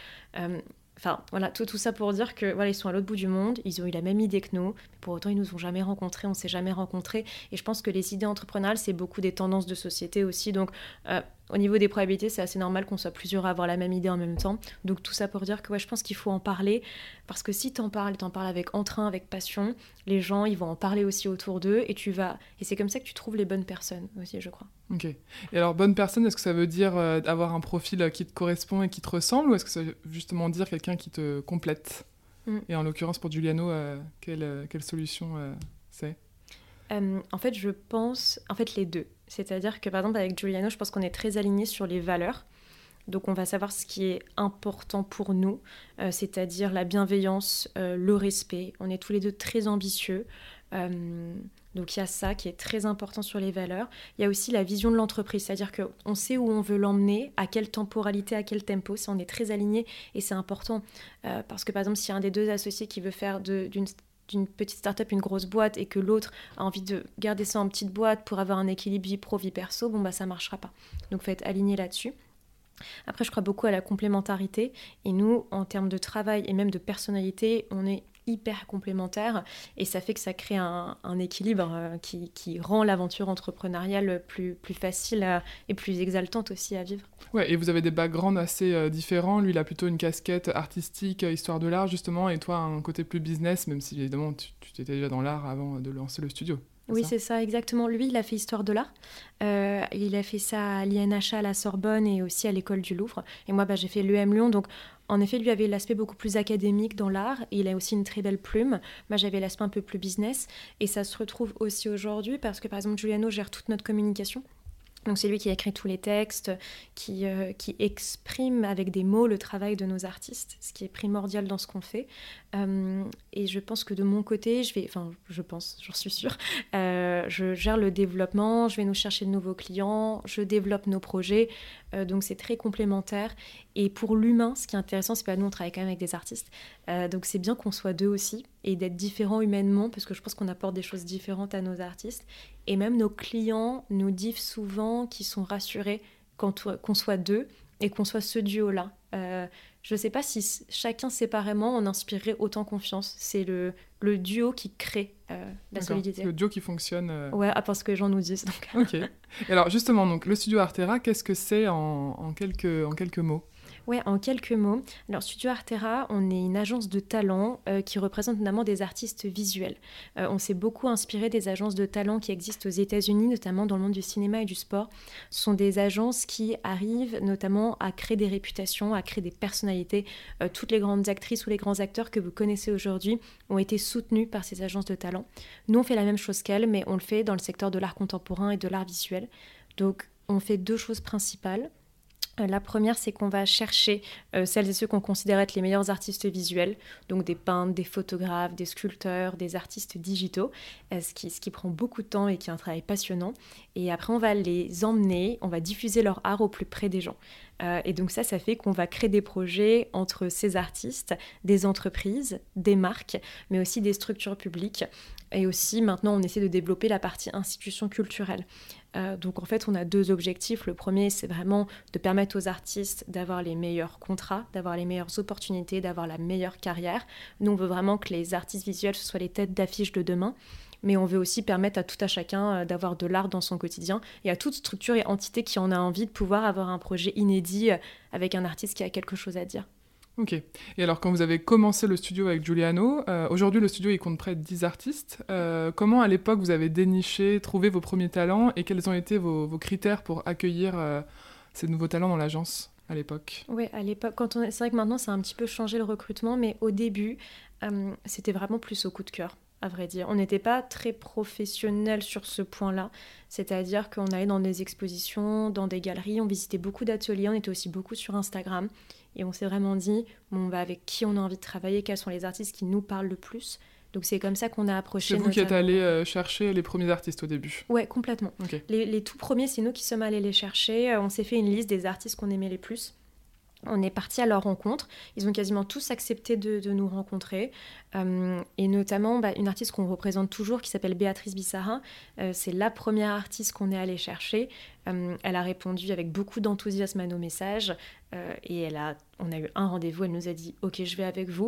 Enfin, voilà, tout ça pour dire que ils sont à l'autre bout du monde, ils ont eu la même idée que nous, mais pour autant ils nous ont jamais rencontrés, on s'est jamais rencontrés. Et je pense que les idées entrepreneuriales, c'est beaucoup des tendances de société aussi. Donc, au niveau des probabilités, c'est assez normal qu'on soit plusieurs à avoir la même idée en même temps. Donc, tout ça pour dire que je pense qu'il faut en parler, parce que si t'en parles avec entrain, avec passion, les gens, ils vont en parler aussi autour d'eux, et c'est comme ça que tu trouves les bonnes personnes aussi, je crois. Ok. Et alors, bonne personne, est-ce que ça veut dire avoir un profil qui te correspond et qui te ressemble, ou est-ce que ça veut justement dire quelqu'un qui te complète? Et en l'occurrence, pour Giuliano, quelle solution c'est? En fait, je pense les deux. C'est-à-dire que, par exemple, avec Giuliano, je pense qu'on est très alignés sur les valeurs. Donc, on va savoir ce qui est important pour nous, c'est-à-dire la bienveillance, le respect. On est tous les deux très ambitieux. Donc, il y a ça qui est très important sur les valeurs. Il y a aussi la vision de l'entreprise, c'est-à-dire qu'on sait où on veut l'emmener, à quelle temporalité, à quel tempo. Ça, on est très alignés et c'est important. Parce que, par exemple, s'il y a un des deux associés qui veut faire d'une petite start-up une grosse boîte et que l'autre a envie de garder ça en petite boîte pour avoir un équilibre vie pro, vie perso, ça marchera pas. Donc, il faut être aligné là-dessus. Après, je crois beaucoup à la complémentarité. Et nous, en termes de travail et même de personnalité, on est hyper complémentaires. Et ça fait que ça crée un équilibre qui rend l'aventure entrepreneuriale plus facile et plus exaltante aussi à vivre. Ouais, et vous avez des backgrounds assez différents. Lui, il a plutôt une casquette artistique, histoire de l'art, justement. Et toi, un côté plus business, même si, évidemment, tu étais déjà dans l'art avant de lancer le studio. Oui, c'est ça, exactement. Lui, il a fait histoire de l'art. Il a fait ça à l'INHA, à la Sorbonne et aussi à l'école du Louvre. Et moi, j'ai fait l'EM Lyon. Donc, en effet, lui avait l'aspect beaucoup plus académique dans l'art. Et il a aussi une très belle plume. Moi, j'avais l'aspect un peu plus business. Et ça se retrouve aussi aujourd'hui parce que, par exemple, Giuliano gère toute notre communication. Donc c'est lui qui écrit tous les textes, qui exprime avec des mots le travail de nos artistes, ce qui est primordial dans ce qu'on fait. Et je pense que de mon côté, j'en suis sûre, je gère le développement, je vais nous chercher de nouveaux clients, je développe nos projets, donc c'est très complémentaire. Et pour l'humain, ce qui est intéressant, c'est pas nous, on travaille quand même avec des artistes, donc c'est bien qu'on soit deux aussi, et d'être différents humainement, parce que je pense qu'on apporte des choses différentes à nos artistes. Et même nos clients nous disent souvent qu'ils sont rassurés qu'on soit deux et qu'on soit ce duo-là. Je ne sais pas si chacun séparément on inspirerait autant confiance. C'est le duo qui crée la solidité. C'est le duo qui fonctionne. Ouais, parce que les gens nous disent. Donc. Ok. Et alors justement, donc, le studio Artera, qu'est-ce que c'est en quelques mots? Ouais, en quelques mots. Alors, Studio Artera, on est une agence de talent qui représente notamment des artistes visuels. On s'est beaucoup inspiré des agences de talent qui existent aux États-Unis, notamment dans le monde du cinéma et du sport. Ce sont des agences qui arrivent notamment à créer des réputations, à créer des personnalités. Toutes les grandes actrices ou les grands acteurs que vous connaissez aujourd'hui ont été soutenus par ces agences de talent. Nous, on fait la même chose qu'elles, mais on le fait dans le secteur de l'art contemporain et de l'art visuel. Donc, on fait deux choses principales. La première, c'est qu'on va chercher celles et ceux qu'on considère être les meilleurs artistes visuels, donc des peintres, des photographes, des sculpteurs, des artistes digitaux, ce qui prend beaucoup de temps et qui est un travail passionnant. Et après, on va les emmener, on va diffuser leur art au plus près des gens. Et donc ça fait qu'on va créer des projets entre ces artistes, des entreprises, des marques, mais aussi des structures publiques. Et aussi, maintenant, on essaie de développer la partie institution culturelle. Donc en fait, on a deux objectifs. Le premier, c'est vraiment de permettre aux artistes d'avoir les meilleurs contrats, d'avoir les meilleures opportunités, d'avoir la meilleure carrière. Nous, on veut vraiment que les artistes visuels, ce soient les têtes d'affiche de demain. Mais on veut aussi permettre à tout à chacun d'avoir de l'art dans son quotidien et à toute structure et entité qui en a envie de pouvoir avoir un projet inédit avec un artiste qui a quelque chose à dire. Ok. Et alors, quand vous avez commencé le studio avec Giuliano, aujourd'hui, le studio, il compte près de 10 artistes. Comment, à l'époque, vous avez déniché, trouvé vos premiers talents et quels ont été vos critères pour accueillir ces nouveaux talents dans l'agence à l'époque? Oui, à l'époque, c'est vrai que maintenant, ça a un petit peu changé le recrutement, mais au début, c'était vraiment plus au coup de cœur, à vrai dire. On n'était pas très professionnels sur ce point-là, c'est-à-dire qu'on allait dans des expositions, dans des galeries, on visitait beaucoup d'ateliers, on était aussi beaucoup sur Instagram. Et on s'est vraiment dit, avec qui on a envie de travailler, quels sont les artistes qui nous parlent le plus. Donc c'est comme ça qu'on a approché. C'est vous qui êtes allé chercher les premiers artistes au début? Ouais, complètement. Okay. Les tout premiers, c'est nous qui sommes allés les chercher. On s'est fait une liste des artistes qu'on aimait les plus. On est parti à leur rencontre. Ils ont quasiment tous accepté de nous rencontrer. Et notamment, une artiste qu'on représente toujours qui s'appelle Béatrice Bissara. C'est la première artiste qu'on est allé chercher. Elle a répondu avec beaucoup d'enthousiasme à nos messages. Et on a eu un rendez-vous. Elle nous a dit « Ok, je vais avec vous ».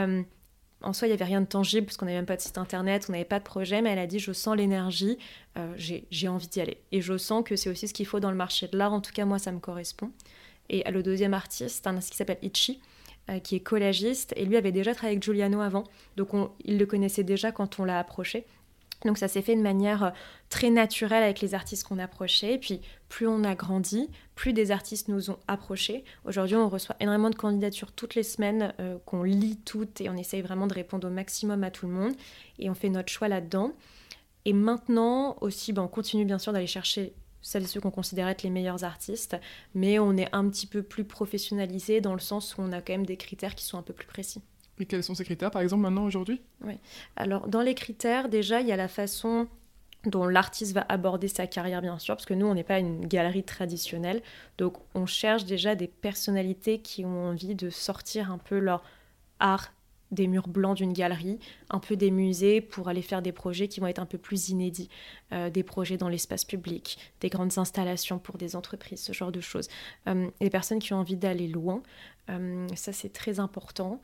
En soi, il n'y avait rien de tangible parce qu'on n'avait même pas de site internet, on n'avait pas de projet, mais elle a dit « Je sens l'énergie, j'ai envie d'y aller ». Et je sens que c'est aussi ce qu'il faut dans le marché de l'art. En tout cas, moi, ça me correspond. Et le deuxième artiste, un artiste qui s'appelle Ichi, qui est collagiste, et lui avait déjà travaillé avec Giuliano avant, donc il le connaissait déjà quand on l'a approché. Donc ça s'est fait de manière très naturelle avec les artistes qu'on approchait, et puis plus on a grandi, plus des artistes nous ont approchés. Aujourd'hui, on reçoit énormément de candidatures toutes les semaines, qu'on lit toutes, et on essaye vraiment de répondre au maximum à tout le monde, et on fait notre choix là-dedans. Et maintenant aussi, on continue bien sûr d'aller chercher celles et ceux qu'on considère être les meilleurs artistes, mais on est un petit peu plus professionnalisé dans le sens où on a quand même des critères qui sont un peu plus précis. Et quels sont ces critères, par exemple, maintenant, aujourd'hui? Oui. Alors, dans les critères, déjà, il y a la façon dont l'artiste va aborder sa carrière, bien sûr, parce que nous, on n'est pas une galerie traditionnelle, donc on cherche déjà des personnalités qui ont envie de sortir un peu leur art des murs blancs d'une galerie, un peu des musées pour aller faire des projets qui vont être un peu plus inédits, des projets dans l'espace public, des grandes installations pour des entreprises, ce genre de choses. Des personnes qui ont envie d'aller loin, ça c'est très important.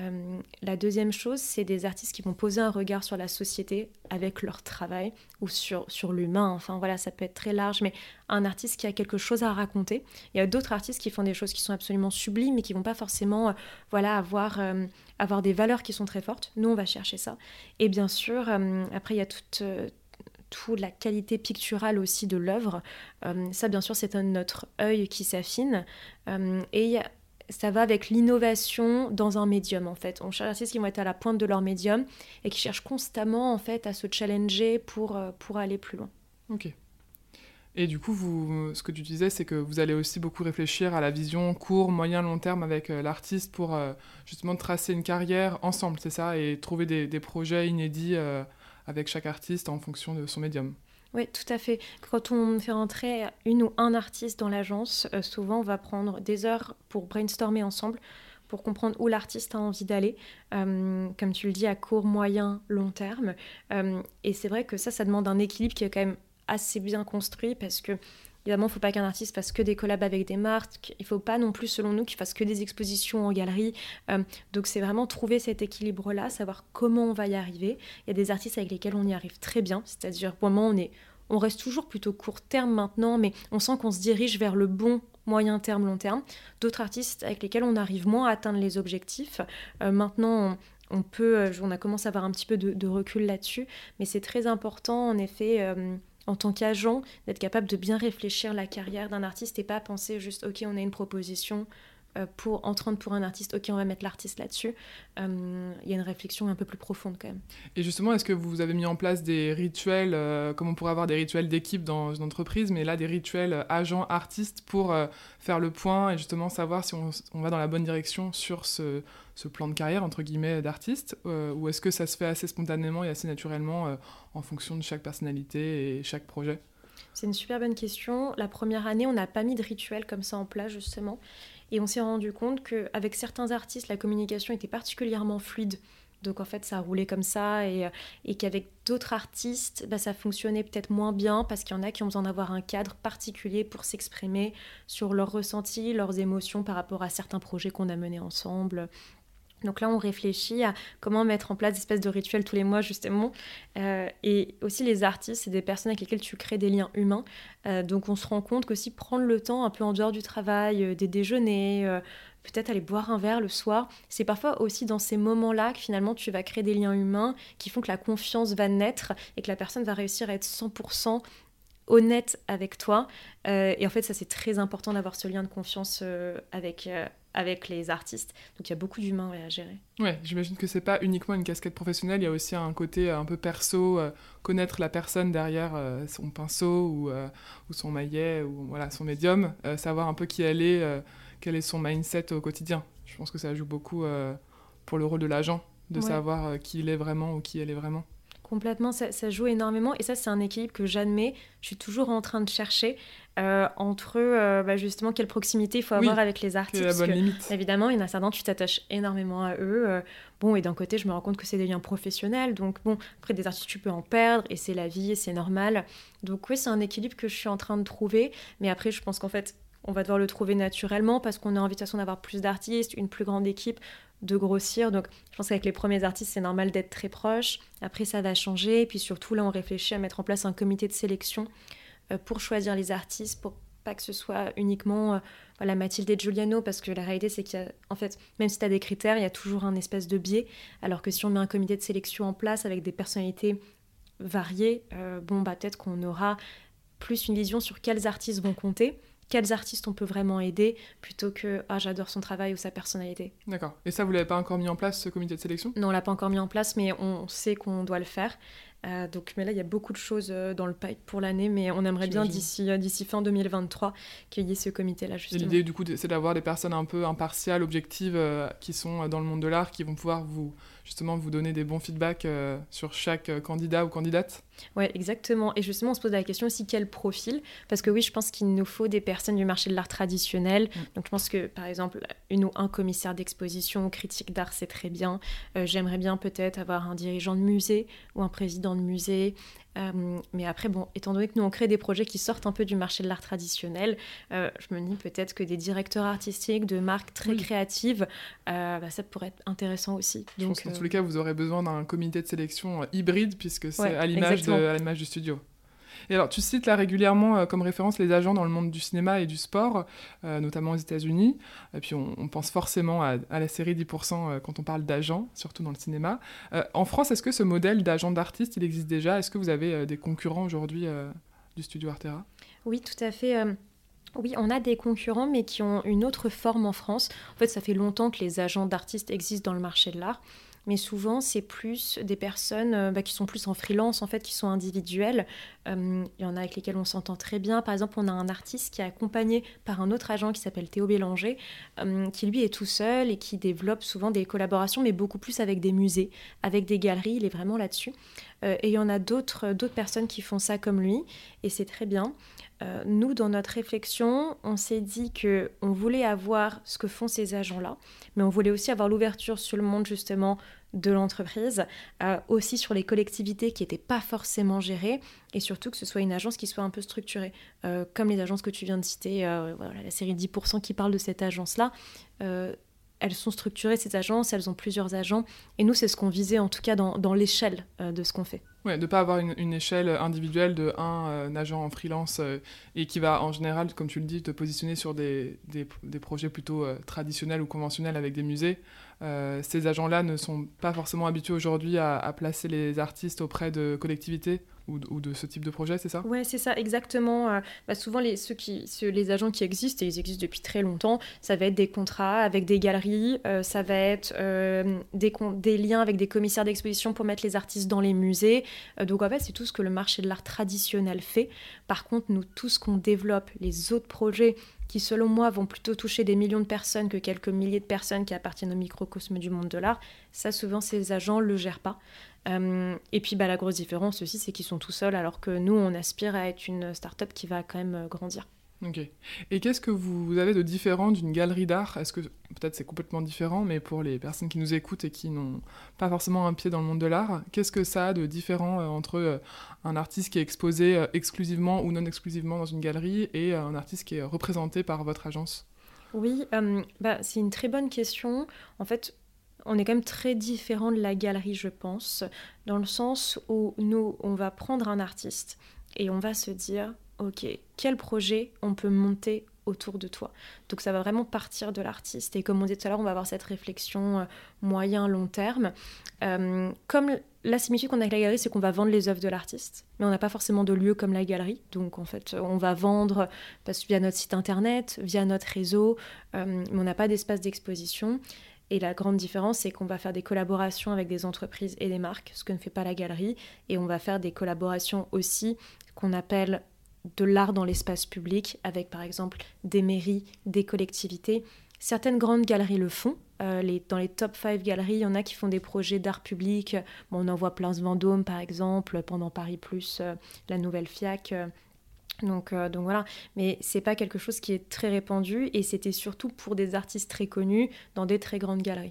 La deuxième chose, c'est des artistes qui vont poser un regard sur la société avec leur travail ou sur l'humain. Enfin voilà, ça peut être très large, mais un artiste qui a quelque chose à raconter. Il y a d'autres artistes qui font des choses qui sont absolument sublimes, mais qui vont pas forcément avoir des valeurs qui sont très fortes. Nous, on va chercher ça. Et bien sûr, après, il y a toute la qualité picturale aussi de l'œuvre. Ça, bien sûr, c'est notre œil qui s'affine. Et ça va avec l'innovation dans un médium, en fait. On cherche des artistes qui vont être à la pointe de leur médium et qui cherchent constamment, en fait, à se challenger pour aller plus loin. Ok. Et du coup, ce que tu disais, c'est que vous allez aussi beaucoup réfléchir à la vision court, moyen, long terme avec l'artiste pour justement tracer une carrière ensemble, c'est ça, et trouver des projets inédits avec chaque artiste en fonction de son médium. Oui, tout à fait. Quand on fait rentrer une ou un artiste dans l'agence, souvent on va prendre des heures pour brainstormer ensemble, pour comprendre où l'artiste a envie d'aller, comme tu le dis, à court, moyen, long terme. Et c'est vrai que ça demande un équilibre qui est quand même assez bien construit parce que, évidemment, il ne faut pas qu'un artiste fasse que des collabs avec des marques. Il ne faut pas non plus, selon nous, qu'il fasse que des expositions en galerie. Donc, c'est vraiment trouver cet équilibre-là, savoir comment on va y arriver. Il y a des artistes avec lesquels on y arrive très bien. C'est-à-dire, pour le moment, on reste toujours plutôt court terme maintenant, mais on sent qu'on se dirige vers le bon moyen terme, long terme. D'autres artistes avec lesquels on arrive moins à atteindre les objectifs. Maintenant, on a commencé à avoir un petit peu de recul là-dessus, mais c'est très important, en effet, en tant qu'agent, d'être capable de bien réfléchir la carrière d'un artiste et pas penser juste, ok, on a une proposition entrante pour un artiste, ok, on va mettre l'artiste là-dessus. Il y a une réflexion un peu plus profonde quand même. Et justement, est-ce que vous avez mis en place des rituels, comme on pourrait avoir des rituels d'équipe dans une entreprise, mais là des rituels agent-artiste pour faire le point et justement savoir si on va dans la bonne direction sur ce plan de carrière, entre guillemets, d'artiste, ou est-ce que ça se fait assez spontanément et assez naturellement en fonction de chaque personnalité et chaque projet ? C'est une super bonne question. La première année, on n'a pas mis de rituel comme ça en place, justement. Et on s'est rendu compte qu'avec certains artistes, la communication était particulièrement fluide. Donc en fait, ça roulait comme ça. Et qu'avec d'autres artistes, ça fonctionnait peut-être moins bien parce qu'il y en a qui ont besoin d'avoir un cadre particulier pour s'exprimer sur leurs ressentis, leurs émotions par rapport à certains projets qu'on a menés ensemble. Donc là, on réfléchit à comment mettre en place des espèces de rituels tous les mois, justement. Et aussi, les artistes, c'est des personnes avec lesquelles tu crées des liens humains. Donc on se rend compte qu'aussi prendre le temps, un peu en dehors du travail, des déjeuners, peut-être aller boire un verre le soir, c'est parfois aussi dans ces moments-là que finalement tu vas créer des liens humains qui font que la confiance va naître et que la personne va réussir à être 100% honnête avec toi. Et en fait, ça, c'est très important d'avoir ce lien de confiance avec les artistes. Donc, il y a beaucoup d'humains à gérer. Ouais, j'imagine que c'est pas uniquement une casquette professionnelle, il y a aussi un côté un peu perso, connaître la personne derrière son pinceau ou son maillet ou voilà, son médium, savoir un peu qui elle est, quel est son mindset au quotidien. Je pense que ça joue beaucoup pour le rôle de l'agent, de savoir qui il est vraiment ou qui elle est vraiment. Complètement, ça joue énormément. Et ça, c'est un équilibre que j'admets. Je suis toujours en train de chercher entre justement quelle proximité il faut avoir avec les artistes. C'est la bonne limite. Évidemment, il y en a certains, tu t'attaches énormément à eux. Et d'un côté, je me rends compte que c'est des liens professionnels. Donc après, des artistes, tu peux en perdre. Et c'est la vie, et c'est normal. Donc oui, c'est un équilibre que je suis en train de trouver. Mais après, je pense qu'en fait, on va devoir le trouver naturellement parce qu'on a envie de toute façon d'avoir plus d'artistes, une plus grande équipe, de grossir. Donc je pense qu'avec les premiers artistes, c'est normal d'être très proche. Après, ça va changer. Et puis surtout, là, on réfléchit à mettre en place un comité de sélection pour choisir les artistes, pour pas que ce soit uniquement Mathilde et Giuliano, parce que la réalité, c'est qu'il y a, en fait, même si tu as des critères, il y a toujours un espèce de biais. Alors que si on met un comité de sélection en place avec des personnalités variées, peut-être qu'on aura plus une vision sur quels artistes vont compter, quels artistes on peut vraiment aider, plutôt que « Ah, j'adore son travail » ou sa personnalité. D'accord. Et ça, vous l'avez pas encore mis en place, ce comité de sélection ? Non, on l'a pas encore mis en place, mais on sait qu'on doit le faire. Mais là, il y a beaucoup de choses dans le pipe pour l'année, mais on aimerait bien d'ici fin 2023 qu'il y ait ce comité-là, justement. Et l'idée, du coup, c'est d'avoir des personnes un peu impartiales, objectives, qui sont dans le monde de l'art, qui vont pouvoir vous donner des bons feedbacks sur chaque candidat ou candidate. Oui, exactement. Et justement, on se pose la question aussi quel profil, parce que oui, je pense qu'il nous faut des personnes du marché de l'art traditionnel. Donc je pense que, par exemple, une ou un commissaire d'exposition ou critique d'art, c'est très bien. J'aimerais bien peut-être avoir un dirigeant de musée ou un président de musée. Mais après, étant donné que nous, on crée des projets qui sortent un peu du marché de l'art traditionnel, je me dis peut-être que des directeurs artistiques de marques très créatives, ça pourrait être intéressant aussi. Je pense qu'en tous les cas, vous aurez besoin d'un comité de sélection hybride, puisque c'est à l'image du studio. Et alors, tu cites là régulièrement comme référence les agents dans le monde du cinéma et du sport, notamment aux États-Unis. Et puis, on pense forcément à la série 10% quand on parle d'agents, surtout dans le cinéma. En France, est-ce que ce modèle d'agent d'artiste, il existe déjà ? Est-ce que vous avez des concurrents aujourd'hui du studio Artera ? Oui, tout à fait. Oui, on a des concurrents, mais qui ont une autre forme en France. En fait, ça fait longtemps que les agents d'artistes existent dans le marché de l'art. mais souvent c'est plus des personnes qui sont plus en freelance, en fait, qui sont individuelles. Il y en a avec lesquelles on s'entend très bien. Par exemple, on a un artiste qui est accompagné par un autre agent qui s'appelle Théo Bélanger, qui lui est tout seul et qui développe souvent des collaborations, mais beaucoup plus avec des musées, avec des galeries, il est vraiment là-dessus. Et il y en a d'autres personnes qui font ça comme lui, et c'est très bien. Nous, dans notre réflexion, on s'est dit qu'on voulait avoir ce que font ces agents-là, mais on voulait aussi avoir l'ouverture sur le monde justement de l'entreprise, aussi sur les collectivités qui n'étaient pas forcément gérées, et surtout que ce soit une agence qui soit un peu structurée, comme les agences que tu viens de citer, voilà, la série 10% qui parle de cette agence-là. Elles sont structurées, ces agences, elles ont plusieurs agents, et nous, c'est ce qu'on visait en tout cas dans l'échelle de ce qu'on fait. Ouais, de ne pas avoir une échelle individuelle de un agent en freelance et qui va en général, comme tu le dis, te positionner sur des projets plutôt traditionnels ou conventionnels avec des musées. Ces agents-là ne sont pas forcément habitués aujourd'hui à placer les artistes auprès de collectivités ou de ce type de projet, c'est ça ? Ouais, c'est ça, exactement. Souvent, les agents qui existent, et ils existent depuis très longtemps, ça va être des contrats avec des galeries, ça va être des liens avec des commissaires d'exposition pour mettre les artistes dans les musées. Donc en fait, c'est tout ce que le marché de l'art traditionnel fait. Par contre, nous, tout ce qu'on développe, les autres projets qui, selon moi, vont plutôt toucher des millions de personnes que quelques milliers de personnes qui appartiennent au microcosme du monde de l'art, ça, souvent, ces agents ne le gèrent pas. Et puis la grosse différence aussi, c'est qu'ils sont tout seuls, alors que nous, on aspire à être une start-up qui va quand même grandir. Ok. Et qu'est-ce que vous avez de différent d'une galerie d'art ? Est-ce que peut-être c'est complètement différent, mais pour les personnes qui nous écoutent et qui n'ont pas forcément un pied dans le monde de l'art, qu'est-ce que ça a de différent entre un artiste qui est exposé exclusivement ou non exclusivement dans une galerie et un artiste qui est représenté par votre agence ? Oui, c'est une très bonne question. En fait, on est quand même très différent de la galerie, je pense, dans le sens où nous, on va prendre un artiste et on va se dire, ok, quel projet on peut monter autour de toi. Donc ça va vraiment partir de l'artiste. Et comme on disait tout à l'heure, on va avoir cette réflexion moyen-long terme. Comme la similitude qu'on a avec la galerie, c'est qu'on va vendre les œuvres de l'artiste, mais on n'a pas forcément de lieu comme la galerie. Donc en fait, on va vendre via notre site internet, via notre réseau, mais on n'a pas d'espace d'exposition. Et la grande différence, c'est qu'on va faire des collaborations avec des entreprises et des marques, ce que ne fait pas la galerie. Et on va faire des collaborations aussi qu'on appelle de l'art dans l'espace public, avec par exemple des mairies, des collectivités. Certaines grandes galeries le font. Dans les top 5 galeries, il y en a qui font des projets d'art public. On en voit Place Vendôme, par exemple, pendant Paris Plus, la nouvelle FIAC. Donc voilà, mais c'est pas quelque chose qui est très répandu et c'était surtout pour des artistes très connus dans des très grandes galeries.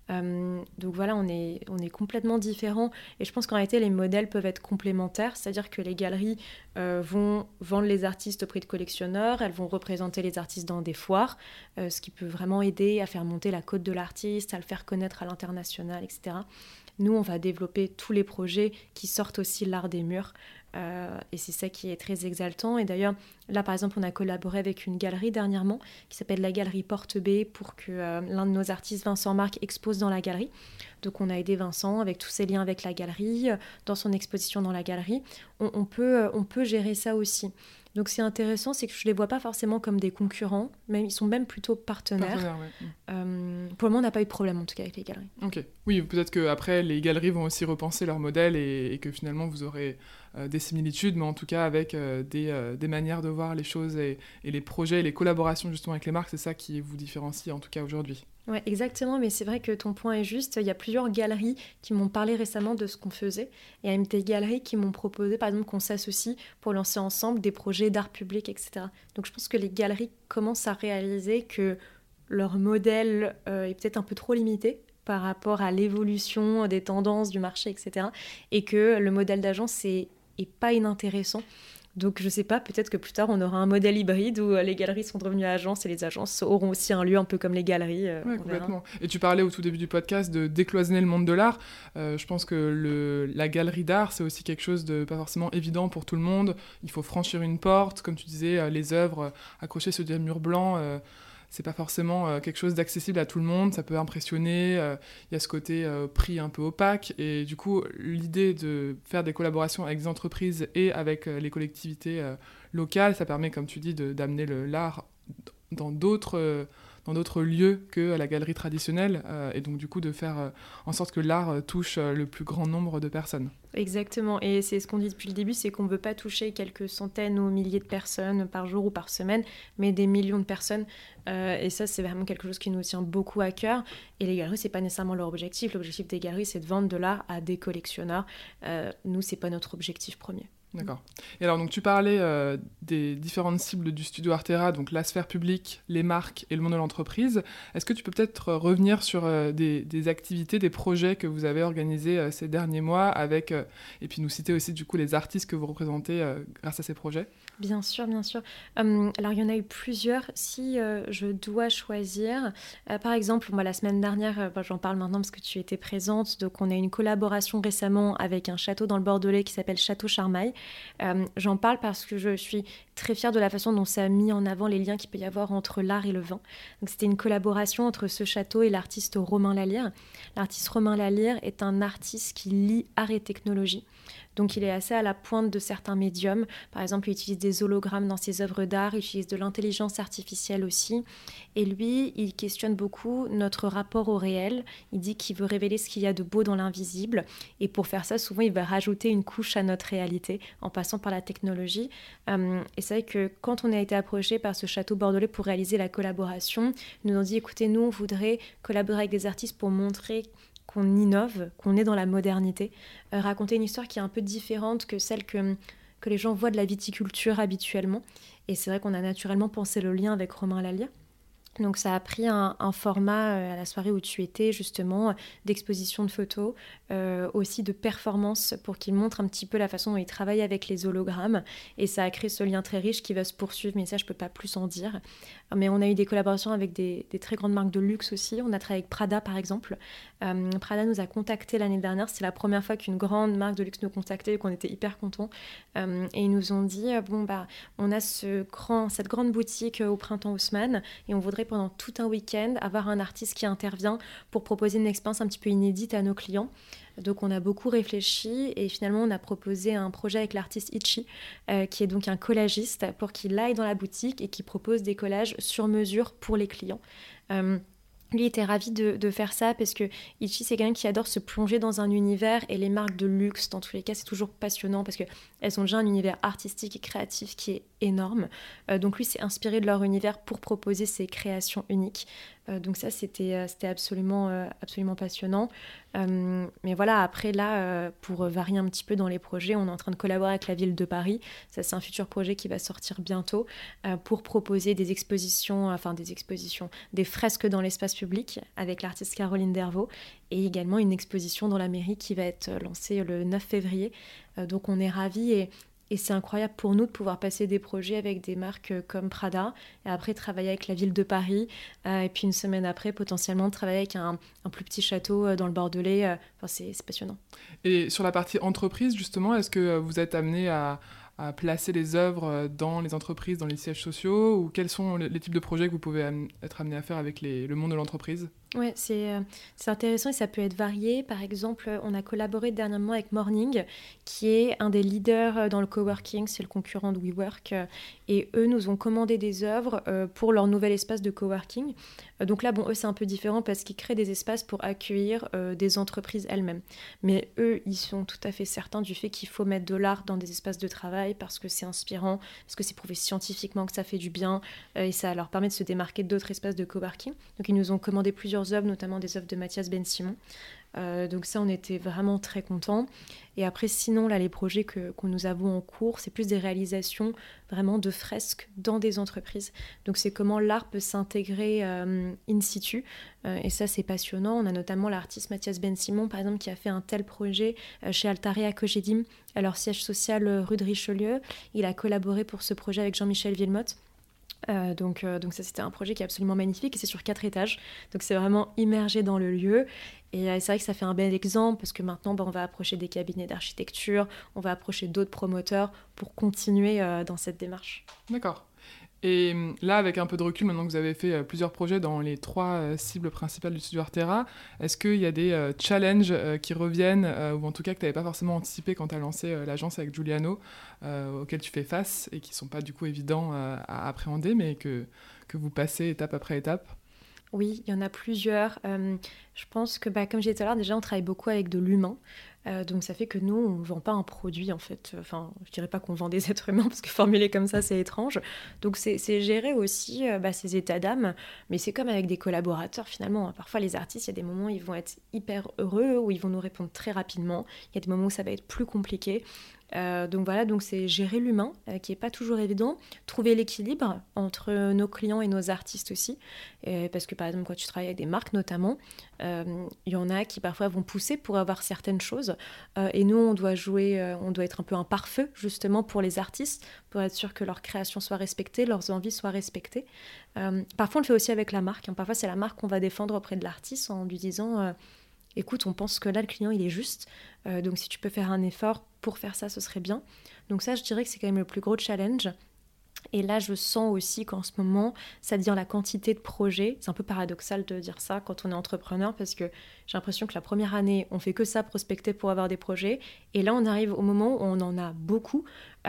Donc voilà, on est complètement différents et je pense qu'en réalité les modèles peuvent être complémentaires, c'est-à-dire que les galeries vont vendre les artistes auprès de collectionneurs, elles vont représenter les artistes dans des foires, ce qui peut vraiment aider à faire monter la cote de l'artiste, à le faire connaître à l'international, etc. Nous, on va développer tous les projets qui sortent aussi l'art des murs. Et c'est ça qui est très exaltant. Et d'ailleurs, là, par exemple, on a collaboré avec une galerie dernièrement qui s'appelle la galerie Porte B pour que l'un de nos artistes, Vincent Marc, expose dans la galerie. Donc, on a aidé Vincent avec tous ses liens avec la galerie, dans son exposition dans la galerie. On peut gérer ça aussi. Donc, c'est intéressant, c'est que je ne les vois pas forcément comme des concurrents, mais ils sont même plutôt partenaires. Ouais. Pour le moment, on n'a pas eu de problème, en tout cas, avec les galeries. Ok. Oui, peut-être qu'après, les galeries vont aussi repenser leur modèle et que finalement, vous aurez des similitudes, mais en tout cas avec des manières de voir les choses et les projets et les collaborations justement avec les marques, c'est ça qui vous différencie en tout cas aujourd'hui. Ouais, exactement, mais c'est vrai que ton point est juste. Il y a plusieurs galeries qui m'ont parlé récemment de ce qu'on faisait. Et il y a des galeries qui m'ont proposé, par exemple, qu'on s'associe pour lancer ensemble des projets d'art public, etc. Donc je pense que les galeries commencent à réaliser que leur modèle est peut-être un peu trop limité par rapport à l'évolution des tendances du marché, etc. Et que le modèle d'agence est pas inintéressant. Donc je sais pas, peut-être que plus tard on aura un modèle hybride où les galeries sont devenues agences et les agences auront aussi un lieu un peu comme les galeries. Ouais, complètement. Et tu parlais au tout début du podcast de décloisonner le monde de l'art. Je pense que la galerie d'art, c'est aussi quelque chose de pas forcément évident pour tout le monde. Il faut franchir une porte, comme tu disais, les œuvres accrochées sur des murs blancs. C'est pas forcément quelque chose d'accessible à tout le monde, ça peut impressionner, il y a ce côté prix un peu opaque, et du coup, l'idée de faire des collaborations avec des entreprises et avec les collectivités locales, ça permet, comme tu dis, d'amener l'art dans d'autres dans d'autres lieux que la galerie traditionnelle, et donc du coup de faire en sorte que l'art touche le plus grand nombre de personnes. Exactement, et c'est ce qu'on dit depuis le début, c'est qu'on ne veut pas toucher quelques centaines ou milliers de personnes par jour ou par semaine, mais des millions de personnes. Et ça, c'est vraiment quelque chose qui nous tient beaucoup à cœur. Et les galeries, c'est pas nécessairement leur objectif. L'objectif des galeries, c'est de vendre de l'art à des collectionneurs. Nous, c'est pas notre objectif premier. D'accord. Et alors, donc, tu parlais des différentes cibles du studio Artera, donc la sphère publique, les marques et le monde de l'entreprise. Est-ce que tu peux peut-être revenir sur des activités, des projets que vous avez organisés ces derniers mois avec, et puis nous citer aussi du coup les artistes que vous représentez grâce à ces projets? Bien sûr, bien sûr. Alors, il y en a eu plusieurs. Si je dois choisir, par exemple, moi, la semaine dernière, j'en parle maintenant parce que tu étais présente, donc on a une collaboration récemment avec un château dans le Bordelais qui s'appelle Château Charmaille. J'en parle parce que je suis très fière de la façon dont ça a mis en avant les liens qu'il peut y avoir entre l'art et le vin. Donc, c'était une collaboration entre ce château et l'artiste Romain Lalire. L'artiste Romain Lalire est un artiste qui lie art et technologie. Donc il est assez à la pointe de certains médiums. Par exemple, il utilise des hologrammes dans ses œuvres d'art, il utilise de l'intelligence artificielle aussi. Et lui, il questionne beaucoup notre rapport au réel. Il dit qu'il veut révéler ce qu'il y a de beau dans l'invisible. Et pour faire ça, souvent, il va rajouter une couche à notre réalité en passant par la technologie. Et c'est vrai que quand on a été approché par ce château bordelais pour réaliser la collaboration, ils nous ont dit, écoutez, nous, on voudrait collaborer avec des artistes pour montrer qu'on innove, qu'on est dans la modernité, raconter une histoire qui est un peu différente que celle que les gens voient de la viticulture habituellement. Et c'est vrai qu'on a naturellement pensé le lien avec Romain Lalire. Donc ça a pris un format à la soirée où tu étais justement d'exposition de photos, aussi de performance pour qu'il montre un petit peu la façon dont il travaille avec les hologrammes et ça a créé ce lien très riche qui va se poursuivre, mais ça je peux pas plus en dire. Mais on a eu des collaborations avec des très grandes marques de luxe aussi, on a travaillé avec Prada par exemple. Prada nous a contactés l'année dernière, c'est la première fois qu'une grande marque de luxe nous contactait et qu'on était hyper contents. Et ils nous ont dit, on a cette grande boutique au Printemps Haussmann et on voudrait pendant tout un week-end avoir un artiste qui intervient pour proposer une expérience un petit peu inédite à nos clients. Donc on a beaucoup réfléchi et finalement on a proposé un projet avec l'artiste Itchy, qui est donc un collagiste, pour qu'il aille dans la boutique et qui propose des collages sur mesure pour les clients. Lui était ravi de faire ça parce que Itchy, c'est quelqu'un qui adore se plonger dans un univers et les marques de luxe, dans tous les cas, c'est toujours passionnant parce qu'elles ont déjà un univers artistique et créatif qui est énorme. Donc lui s'est inspiré de leur univers pour proposer ses créations uniques. Donc ça, c'était absolument passionnant. Mais voilà, après là, pour varier un petit peu dans les projets, on est en train de collaborer avec la ville de Paris. Ça, c'est un futur projet qui va sortir bientôt pour proposer des fresques dans l'espace public avec l'artiste Caroline Dervaux et également une exposition dans la mairie qui va être lancée le 9 février. Donc on est ravis et c'est incroyable pour nous de pouvoir passer des projets avec des marques comme Prada et après travailler avec la ville de Paris et puis une semaine après potentiellement travailler avec un plus petit château dans le Bordelais. C'est passionnant. Et sur la partie entreprise justement, est-ce que vous êtes amené à placer les œuvres dans les entreprises, dans les sièges sociaux, ou quels sont les types de projets que vous pouvez être amené à faire avec le monde de l'entreprise ? Oui, c'est intéressant et ça peut être varié. Par exemple, on a collaboré dernièrement avec Morning, qui est un des leaders dans le coworking, c'est le concurrent de WeWork, et eux nous ont commandé des œuvres pour leur nouvel espace de coworking. Donc là, eux, c'est un peu différent parce qu'ils créent des espaces pour accueillir des entreprises elles-mêmes. Mais eux, ils sont tout à fait certains du fait qu'il faut mettre de l'art dans des espaces de travail parce que c'est inspirant, parce que c'est prouvé scientifiquement que ça fait du bien et ça leur permet de se démarquer d'autres espaces de coworking. Donc ils nous ont commandé plusieurs œuvres, notamment des œuvres de Mathias Ben Simon. Donc ça, on était vraiment très contents. Et après, sinon, là, les projets que nous avons en cours, c'est plus des réalisations vraiment de fresques dans des entreprises. Donc c'est comment l'art peut s'intégrer in situ. Et ça, c'est passionnant. On a notamment l'artiste Mathias Ben Simon, par exemple, qui a fait un tel projet chez Altarea Cogedim, à leur siège social rue de Richelieu. Il a collaboré pour ce projet avec Jean-Michel Villemotte. Donc ça, c'était un projet qui est absolument magnifique et c'est sur 4 étages. Donc c'est vraiment immergé dans le lieu. Et c'est vrai que ça fait un bel exemple parce que maintenant, on va approcher des cabinets d'architecture, on va approcher d'autres promoteurs pour continuer dans cette démarche. D'accord. Et là, avec un peu de recul, maintenant que vous avez fait plusieurs projets dans les 3 cibles principales du studio Artera, est-ce qu'il y a des challenges qui reviennent, ou en tout cas que tu n'avais pas forcément anticipé quand tu as lancé l'agence avec Giuliano, auxquels tu fais face et qui ne sont pas du coup évidents à appréhender, mais que vous passez étape après étape ? Oui, il y en a plusieurs. Je pense que, comme j'ai dit tout à l'heure, déjà, on travaille beaucoup avec de l'humain. Donc, ça fait que nous, on ne vend pas un produit, en fait. Enfin, je dirais pas qu'on vend des êtres humains, parce que formuler comme ça, c'est étrange. Donc, c'est gérer aussi ces états d'âme. Mais c'est comme avec des collaborateurs, finalement. Parfois, les artistes, il y a des moments où ils vont être hyper heureux, où ils vont nous répondre très rapidement. Il y a des moments où ça va être plus compliqué. Donc voilà, donc c'est gérer l'humain qui n'est pas toujours évident, trouver l'équilibre entre nos clients et nos artistes aussi, parce que par exemple quand tu travailles avec des marques notamment, il y en a qui parfois vont pousser pour avoir certaines choses, et nous on doit jouer, on doit être un peu un pare-feu justement pour les artistes, pour être sûr que leur création soit respectée, leurs envies soient respectées. Parfois on le fait aussi avec la marque, parfois c'est la marque qu'on va défendre auprès de l'artiste en lui disant... écoute, on pense que là, le client, il est juste. Donc, si tu peux faire un effort pour faire ça, ce serait bien. Donc ça, je dirais que c'est quand même le plus gros challenge. Et là, je sens aussi qu'en ce moment, ça devient la quantité de projets. C'est un peu paradoxal de dire ça quand on est entrepreneur, parce que j'ai l'impression que la première année, on fait que ça, prospecter pour avoir des projets. Et là, on arrive au moment où on en a beaucoup.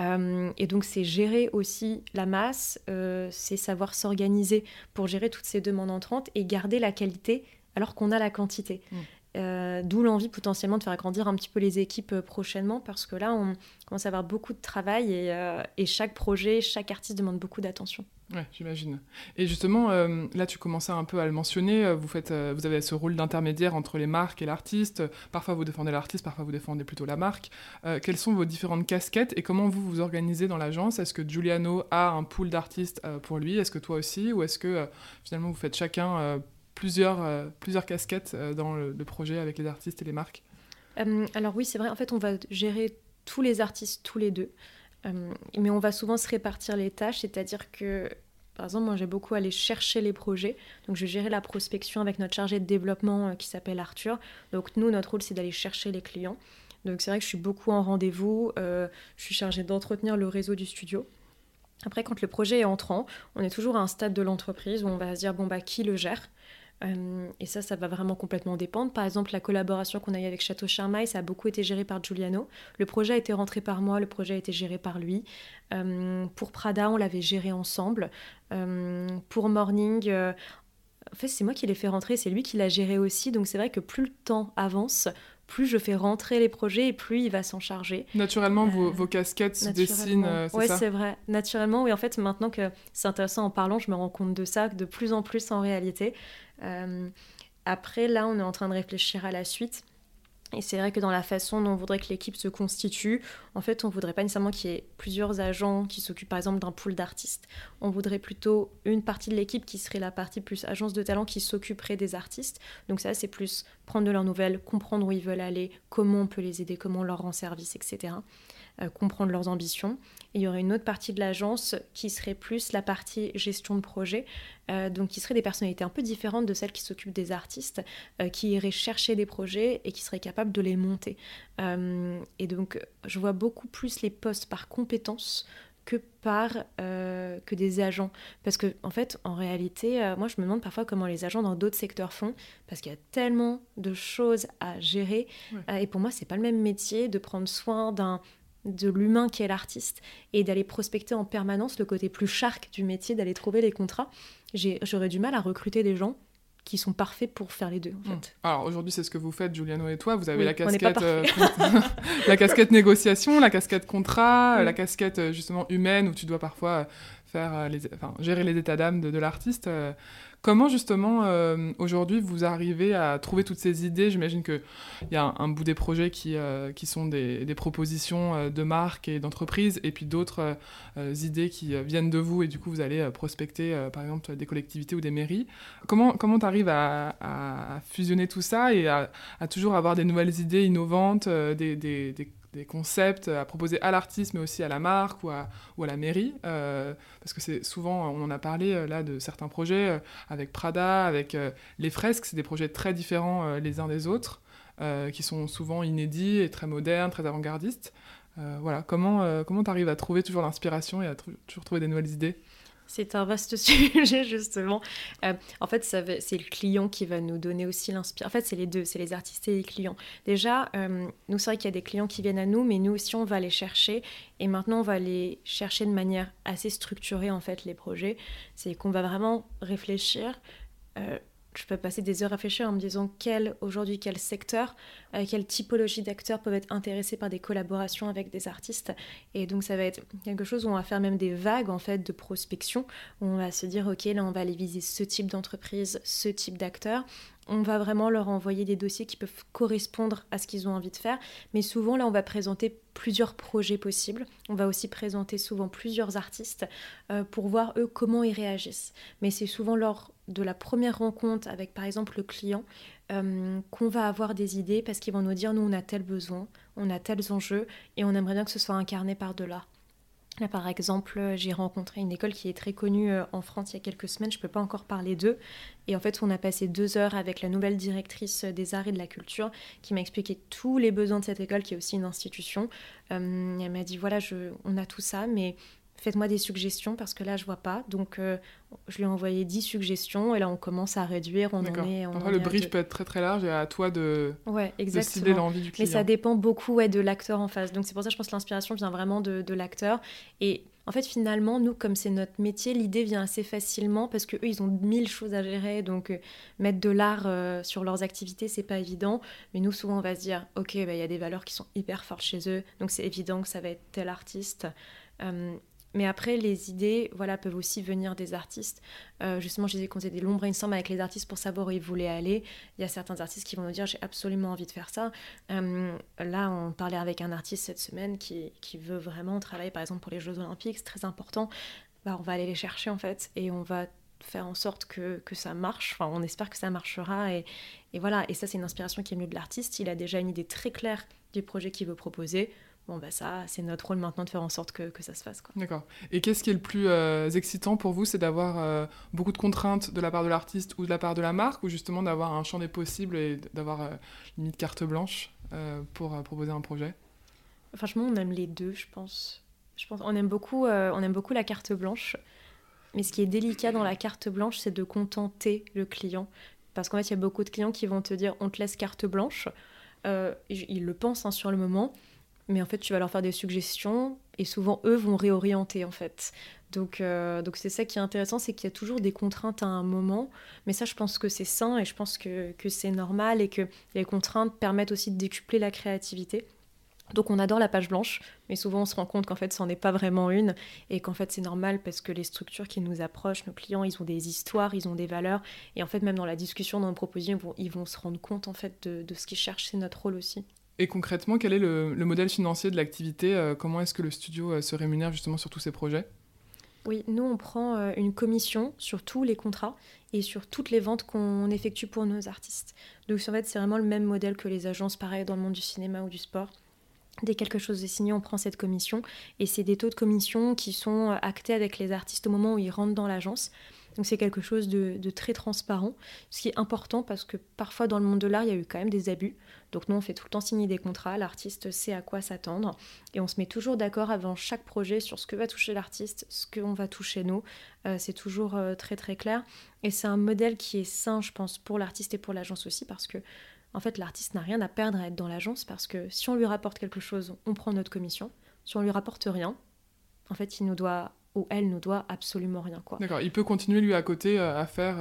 Et donc, c'est gérer aussi la masse, c'est savoir s'organiser pour gérer toutes ces demandes entrantes et garder la qualité alors qu'on a la quantité. D'où l'envie potentiellement de faire grandir un petit peu les équipes prochainement, parce que là, on commence à avoir beaucoup de travail et chaque projet, chaque artiste demande beaucoup d'attention. Ouais, j'imagine. Et justement, là, tu commençais un peu à le mentionner, vous avez ce rôle d'intermédiaire entre les marques et l'artiste. Parfois, vous défendez l'artiste, parfois, vous défendez plutôt la marque. Quelles sont vos différentes casquettes et comment vous vous organisez dans l'agence? Est-ce que Giuliano a un pool d'artistes pour lui? Est-ce que toi aussi? Ou est-ce que, finalement, vous faites chacun... plusieurs casquettes dans le projet avec les artistes et les marques? Alors oui, c'est vrai, en fait, on va gérer tous les artistes, tous les deux. Mais on va souvent se répartir les tâches, c'est-à-dire que, par exemple, moi, j'ai beaucoup allé chercher les projets. Donc, je vais gérer la prospection avec notre chargé de développement qui s'appelle Arthur. Donc, nous, notre rôle, c'est d'aller chercher les clients. Donc, c'est vrai que je suis beaucoup en rendez-vous. Je suis chargée d'entretenir le réseau du studio. Après, quand le projet est entrant, on est toujours à un stade de l'entreprise où on va se dire, qui le gère? Et ça va vraiment complètement dépendre. Par exemple, la collaboration qu'on a eue avec Château Charmaille, ça a beaucoup été géré par Giuliano. Le projet a été rentré par moi, le projet a été géré par lui. Pour Prada, on l'avait géré ensemble. Pour Morning, en fait, c'est moi qui l'ai fait rentrer, c'est lui qui l'a géré aussi. Donc c'est vrai que plus le temps avance, plus je fais rentrer les projets et plus il va s'en charger. Naturellement, vos casquettes se dessinent, c'est ouais, ça? Oui, c'est vrai. Naturellement, oui. En fait, maintenant que c'est intéressant en parlant, je me rends compte de ça de plus en plus en réalité. Après, là, on est en train de réfléchir à la suite. Et c'est vrai que dans la façon dont on voudrait que l'équipe se constitue, en fait, on ne voudrait pas nécessairement qu'il y ait plusieurs agents qui s'occupent par exemple d'un pool d'artistes. On voudrait plutôt une partie de l'équipe qui serait la partie plus agence de talent qui s'occuperait des artistes. Donc ça, c'est plus prendre de leurs nouvelles, comprendre où ils veulent aller, comment on peut les aider, comment on leur rend service, etc. Comprendre leurs ambitions. Et il y aurait une autre partie de l'agence qui serait plus la partie gestion de projet, donc qui seraient des personnalités un peu différentes de celles qui s'occupent des artistes, qui iraient chercher des projets et qui seraient capables de les monter. Et donc, je vois beaucoup plus les postes par compétences que des agents. Parce que, en fait, en réalité, moi, je me demande parfois comment les agents dans d'autres secteurs font, parce qu'il y a tellement de choses à gérer. Ouais. Et pour moi, c'est pas le même métier de prendre soin de l'humain qui est l'artiste et d'aller prospecter en permanence le côté plus shark du métier, d'aller trouver les contrats. J'aurais du mal à recruter des gens qui sont parfaits pour faire les deux, en fait. Alors aujourd'hui, c'est ce que vous faites, Giuliano et toi. Vous avez la casquette, la casquette négociation, la casquette contrat, la casquette justement humaine où tu dois parfois gérer les états d'âme de l'artiste. Comment justement aujourd'hui vous arrivez à trouver toutes ces idées? J'imagine qu'il y a un bout des projets qui sont des propositions de marques et d'entreprises, et puis d'autres idées qui viennent de vous, et du coup vous allez prospecter par exemple des collectivités ou des mairies. Comment tu arrives à fusionner tout ça et à toujours avoir des nouvelles idées innovantes, des concepts à proposer à l'artiste, mais aussi à la marque ou à la mairie, parce que c'est souvent, on en a parlé là de certains projets avec Prada, avec les fresques, c'est des projets très différents les uns des autres, qui sont souvent inédits et très modernes, très avant-gardistes. Voilà, comment tu arrives à trouver toujours l'inspiration et à toujours trouver des nouvelles idées? C'est un vaste sujet, justement. En fait, c'est le client qui va nous donner aussi l'inspiration. En fait, c'est les deux, c'est les artistes et les clients. Déjà, nous, c'est vrai qu'il y a des clients qui viennent à nous, mais nous aussi, on va les chercher. Et maintenant, on va les chercher de manière assez structurée, en fait, les projets. C'est qu'on va vraiment réfléchir. je peux passer des heures à réfléchir en me disant aujourd'hui quel secteur, quelle typologie d'acteurs peuvent être intéressés par des collaborations avec des artistes. Et donc ça va être quelque chose où on va faire même des vagues en fait de prospection, où on va se dire ok, là on va aller viser ce type d'entreprise, ce type d'acteurs. On va vraiment leur envoyer des dossiers qui peuvent correspondre à ce qu'ils ont envie de faire. Mais souvent, là, on va présenter plusieurs projets possibles. On va aussi présenter souvent plusieurs artistes pour voir, eux, comment ils réagissent. Mais c'est souvent lors de la première rencontre avec, par exemple, le client, qu'on va avoir des idées parce qu'ils vont nous dire, nous, on a tel besoin, on a tels enjeux et on aimerait bien que ce soit incarné par de l'art. Là, par exemple, j'ai rencontré une école qui est très connue en France il y a quelques semaines, je ne peux pas encore parler d'eux. Et en fait, on a passé 2 heures avec la nouvelle directrice des arts et de la culture qui m'a expliqué tous les besoins de cette école, qui est aussi une institution. Elle m'a dit, voilà, on a tout ça, mais faites-moi des suggestions parce que là, je vois pas. Donc, je lui ai envoyé 10 suggestions et là, on commence à réduire. Parfois, le brief peut être très très large et à toi de cibler l'envie du client. Mais ça dépend beaucoup de l'acteur en face. Donc, c'est pour ça que je pense que l'inspiration vient vraiment de l'acteur. Et en fait, finalement, nous, comme c'est notre métier, l'idée vient assez facilement parce qu'eux, ils ont 1000 choses à gérer. Donc, mettre de l'art sur leurs activités, c'est pas évident. Mais nous, souvent, on va se dire, OK, il y a des valeurs qui sont hyper fortes chez eux. Donc, c'est évident que ça va être tel artiste. Mais après, les idées peuvent aussi venir des artistes. Justement, je disais qu'on faisait des longs brainstorms avec les artistes pour savoir où ils voulaient aller. Il y a certains artistes qui vont nous dire « j'ai absolument envie de faire ça ». Là, on parlait avec un artiste cette semaine qui veut vraiment travailler, par exemple, pour les Jeux Olympiques. C'est très important. On va aller les chercher, en fait, et on va faire en sorte que ça marche. Enfin, on espère que ça marchera. Et voilà. Et ça, c'est une inspiration qui est venue de l'artiste. Il a déjà une idée très claire du projet qu'il veut proposer. Ça, c'est notre rôle maintenant de faire en sorte que ça se fasse, quoi. D'accord. Et qu'est-ce qui est le plus excitant pour vous? C'est d'avoir beaucoup de contraintes de la part de l'artiste ou de la part de la marque, ou justement d'avoir un champ des possibles et d'avoir limite carte blanche pour proposer un projet? Franchement, on aime les deux, je pense. On aime beaucoup la carte blanche. Mais ce qui est délicat dans la carte blanche, c'est de contenter le client. Parce qu'en fait, il y a beaucoup de clients qui vont te dire « on te laisse carte blanche ». Ils le pensent sur le moment. Mais en fait, tu vas leur faire des suggestions et souvent, eux vont réorienter, en fait. Donc c'est ça qui est intéressant, c'est qu'il y a toujours des contraintes à un moment. Mais ça, je pense que c'est sain et je pense que c'est normal et que les contraintes permettent aussi de décupler la créativité. Donc on adore la page blanche, mais souvent on se rend compte qu'en fait, c'en est pas vraiment une et qu'en fait, c'est normal parce que les structures qui nous approchent, nos clients, ils ont des histoires, ils ont des valeurs. Et en fait, même dans la discussion, dans nos propositions, ils vont se rendre compte en fait de ce qu'ils cherchent. C'est notre rôle aussi. Et concrètement, quel est le modèle financier de l'activité? Comment est-ce que le studio se rémunère justement sur tous ces projets? Oui, nous, on prend une commission sur tous les contrats et sur toutes les ventes qu'on effectue pour nos artistes. Donc, en fait, c'est vraiment le même modèle que les agences, pareil, dans le monde du cinéma ou du sport. Dès que quelque chose est signé, on prend cette commission. Et c'est des taux de commission qui sont actés avec les artistes au moment où ils rentrent dans l'agence. Donc c'est quelque chose de très transparent, ce qui est important parce que parfois dans le monde de l'art, il y a eu quand même des abus. Donc nous, on fait tout le temps signer des contrats, l'artiste sait à quoi s'attendre et on se met toujours d'accord avant chaque projet sur ce que va toucher l'artiste, ce qu'on va toucher nous. C'est toujours très très clair et c'est un modèle qui est sain, je pense, pour l'artiste et pour l'agence aussi parce que en fait, l'artiste n'a rien à perdre à être dans l'agence parce que si on lui rapporte quelque chose, on prend notre commission. Si on lui rapporte rien, en fait, il nous doit ou elle nous doit absolument rien, quoi. D'accord, il peut continuer lui à côté à faire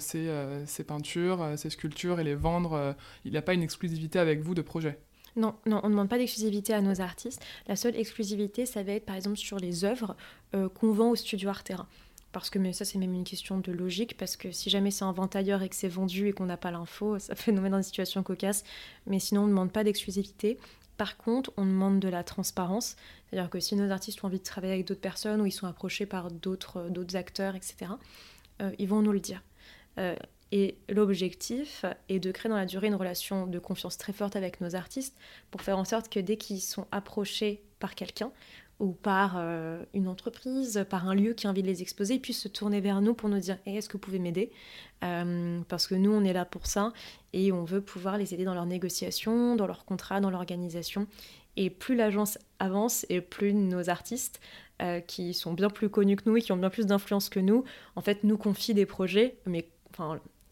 ses peintures, ses sculptures et les vendre. Il n'a pas une exclusivité avec vous de projet? Non, on ne demande pas d'exclusivité à nos artistes. La seule exclusivité, ça va être par exemple sur les œuvres qu'on vend au studio Art Terrain. Parce que mais ça, c'est même une question de logique, parce que si jamais c'est un vente ailleurs et que c'est vendu et qu'on n'a pas l'info, ça peut nous mettre dans une situation cocasse. Mais sinon, on ne demande pas d'exclusivité. Par contre, on demande de la transparence. C'est-à-dire que si nos artistes ont envie de travailler avec d'autres personnes ou ils sont approchés par d'autres acteurs, etc., ils vont nous le dire. Et l'objectif est de créer dans la durée une relation de confiance très forte avec nos artistes pour faire en sorte que dès qu'ils sont approchés par quelqu'un ou par une entreprise, par un lieu qui a envie de les exposer, ils puissent se tourner vers nous pour nous dire hey, « est-ce que vous pouvez m'aider ?» Parce que nous, on est là pour ça et on veut pouvoir les aider dans leurs négociations, dans leurs contrats, dans l'organisation. Et plus l'agence avance et plus nos artistes, qui sont bien plus connus que nous et qui ont bien plus d'influence que nous, en fait, nous confient des projets, mais enfin,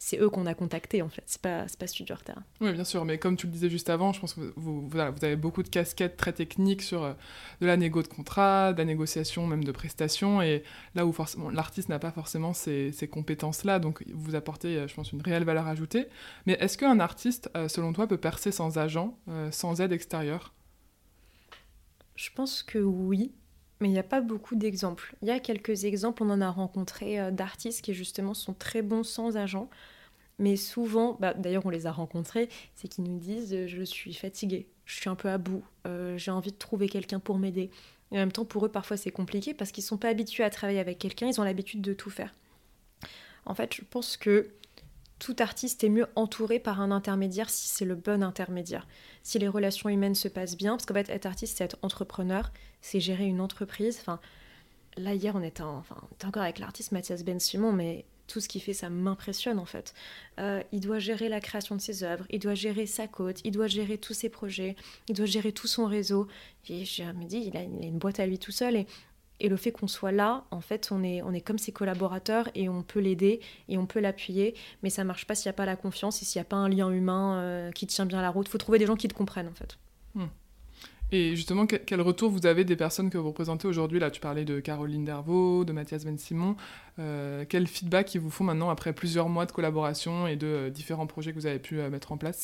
c'est eux qu'on a contactés, en fait. C'est pas Studio Art. Oui, bien sûr, mais comme tu le disais juste avant, je pense que vous avez beaucoup de casquettes très techniques sur de la négo de contrat, de la négociation, même de prestations, et là où forcément l'artiste n'a pas forcément ces compétences-là, donc vous apportez, je pense, une réelle valeur ajoutée. Mais est-ce qu'un artiste, selon toi, peut percer sans agent, sans aide extérieure ? Je pense que oui, mais il n'y a pas beaucoup d'exemples. Il y a quelques exemples, on en a rencontré d'artistes qui justement sont très bons sans agent, mais souvent, d'ailleurs on les a rencontrés, c'est qu'ils nous disent je suis fatiguée, je suis un peu à bout, j'ai envie de trouver quelqu'un pour m'aider. Et en même temps, pour eux, parfois c'est compliqué parce qu'ils ne sont pas habitués à travailler avec quelqu'un, ils ont l'habitude de tout faire. En fait, je pense que tout artiste est mieux entouré par un intermédiaire si c'est le bon intermédiaire. Si les relations humaines se passent bien, parce qu'en fait, être artiste, c'est être entrepreneur, c'est gérer une entreprise. Enfin, là, hier, on était encore avec l'artiste Mathias Ben-Simon, mais tout ce qu'il fait, ça m'impressionne, en fait. Il doit gérer la création de ses œuvres, il doit gérer sa côte, il doit gérer tous ses projets, il doit gérer tout son réseau. Et je me dis, il a une boîte à lui tout seul, et le fait qu'on soit là, en fait, on est comme ses collaborateurs et on peut l'aider et on peut l'appuyer, mais ça marche pas s'il n'y a pas la confiance et s'il n'y a pas un lien humain qui tient bien la route. Il faut trouver des gens qui te comprennent, en fait. Et justement, quel retour vous avez des personnes que vous représentez aujourd'hui ? Là, tu parlais de Caroline Dervaux, de Mathias Ben-Simon. Quel feedback ils vous font maintenant après plusieurs mois de collaboration et de différents projets que vous avez pu mettre en place ?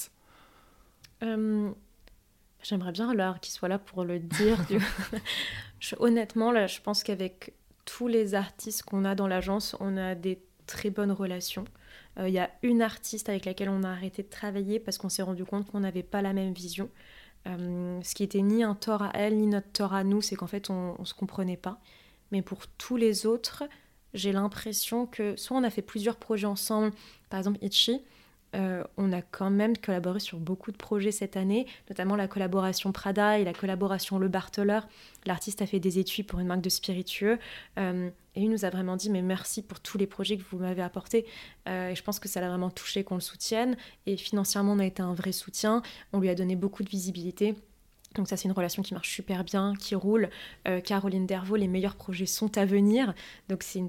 J'aimerais bien qu'ils soient là pour le dire. Honnêtement, là, je pense qu'avec tous les artistes qu'on a dans l'agence, on a des très bonnes relations. Il y a une artiste avec laquelle on a arrêté de travailler parce qu'on s'est rendu compte qu'on n'avait pas la même vision. Ce qui était ni un tort à elle, ni notre tort à nous, c'est qu'en fait, on ne se comprenait pas. Mais pour tous les autres, j'ai l'impression que soit on a fait plusieurs projets ensemble, par exemple Itchy, on a quand même collaboré sur beaucoup de projets cette année, notamment la collaboration Prada et la collaboration Le Bartoleur. L'artiste a fait des étuis pour une marque de spiritueux et il nous a vraiment dit mais merci pour tous les projets que vous m'avez apportés. Et je pense que ça l'a vraiment touché qu'on le soutienne. Et financièrement, on a été un vrai soutien. On lui a donné beaucoup de visibilité. Donc ça, c'est une relation qui marche super bien, qui roule. Caroline Dervaux, les meilleurs projets sont à venir. Donc c'est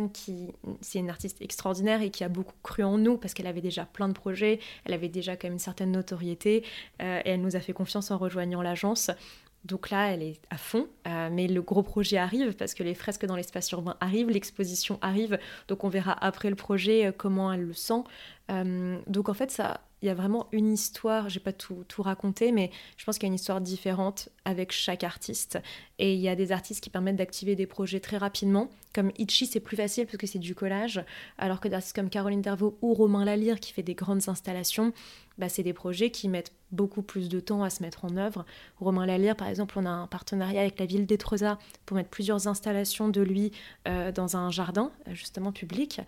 c'est une artiste extraordinaire et qui a beaucoup cru en nous parce qu'elle avait déjà plein de projets, elle avait déjà quand même une certaine notoriété et elle nous a fait confiance en rejoignant l'agence. Donc là, elle est à fond, mais le gros projet arrive parce que les fresques dans l'espace urbain arrivent, l'exposition arrive, donc on verra après le projet comment elle le sent. Donc en fait, il y a vraiment une histoire, j'ai pas tout raconté, mais je pense qu'il y a une histoire différente avec chaque artiste. Et il y a des artistes qui permettent d'activer des projets très rapidement, comme Itchy, c'est plus facile parce que c'est du collage, alors que des artistes comme Caroline Dervaux ou Romain Lalire qui fait des grandes installations, c'est des projets qui mettent beaucoup plus de temps à se mettre en œuvre. Romain Lalire, par exemple, on a un partenariat avec la ville d'Étretat pour mettre plusieurs installations de lui dans un jardin, justement public.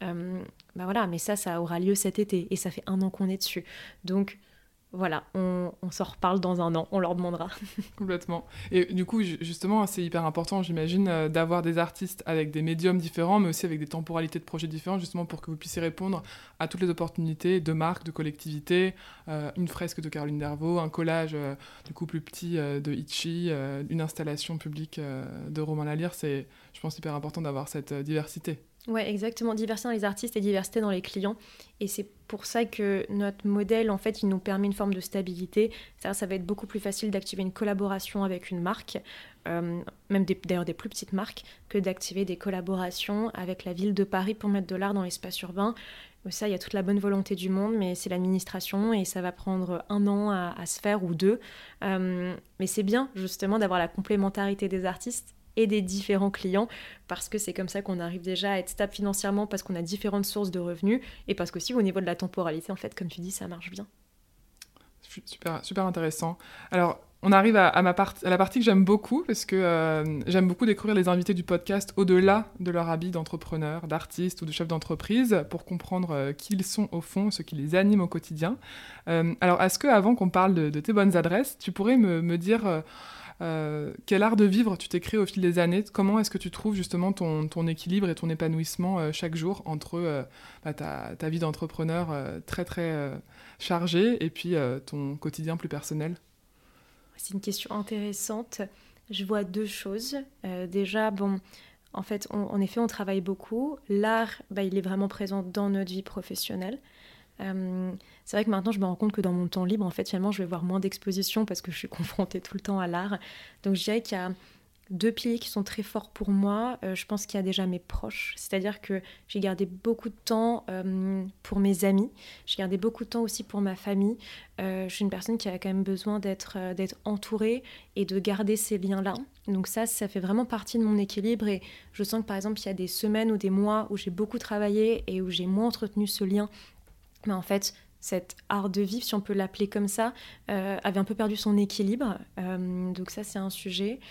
Voilà, mais ça aura lieu cet été et ça fait 1 an qu'on est dessus. Donc voilà, on s'en reparle dans 1 an, on leur demandera. Complètement. Et du coup, justement, c'est hyper important, j'imagine, d'avoir des artistes avec des médiums différents, mais aussi avec des temporalités de projets différents, justement pour que vous puissiez répondre à toutes les opportunités de marques, de collectivités, une fresque de Caroline Dervaux, un collage du coup plus petit de Itchy, une installation publique de Romain Lalire. C'est, je pense, hyper important d'avoir cette diversité. Ouais, exactement. Diversité dans les artistes et diversité dans les clients. Et c'est pour ça que notre modèle, en fait, il nous permet une forme de stabilité. Ça va être beaucoup plus facile d'activer une collaboration avec une marque, même d'ailleurs des plus petites marques, que d'activer des collaborations avec la ville de Paris pour mettre de l'art dans l'espace urbain. Ça, il y a toute la bonne volonté du monde, mais c'est l'administration et ça va prendre 1 an à se faire ou 2. Mais c'est bien, justement, d'avoir la complémentarité des artistes et des différents clients, parce que c'est comme ça qu'on arrive déjà à être stable financièrement, parce qu'on a différentes sources de revenus, et parce qu'aussi au niveau de la temporalité, en fait, comme tu dis, ça marche bien. Super, super intéressant. Alors, on arrive à la partie que j'aime beaucoup, parce que j'aime beaucoup découvrir les invités du podcast au-delà de leur habit d'entrepreneur, d'artiste ou de chef d'entreprise, pour comprendre qui ils sont au fond, ce qui les anime au quotidien. Alors, est-ce qu'avant qu'on parle de tes bonnes adresses, tu pourrais me dire... quel art de vivre tu t'es créé au fil des années ? Comment est-ce que tu trouves justement ton équilibre et ton épanouissement chaque jour entre ta vie d'entrepreneur très très chargée et puis ton quotidien plus personnel ? C'est une question intéressante. Je vois 2 choses. Déjà, En fait, en effet, on travaille beaucoup. L'art, il est vraiment présent dans notre vie professionnelle. C'est vrai que maintenant, je me rends compte que dans mon temps libre, en fait, finalement, je vais voir moins d'expositions parce que je suis confrontée tout le temps à l'art. Donc, je dirais qu'il y a deux piliers qui sont très forts pour moi. Je pense qu'il y a déjà mes proches, c'est-à-dire que j'ai gardé beaucoup de temps pour mes amis, j'ai gardé beaucoup de temps aussi pour ma famille. Je suis une personne qui a quand même besoin d'être entourée et de garder ces liens-là. Donc ça fait vraiment partie de mon équilibre et je sens que par exemple, il y a des semaines ou des mois où j'ai beaucoup travaillé et où j'ai moins entretenu ce lien. Mais en fait, cet art de vivre, si on peut l'appeler comme ça, avait un peu perdu son équilibre. Donc ça, c'est un sujet.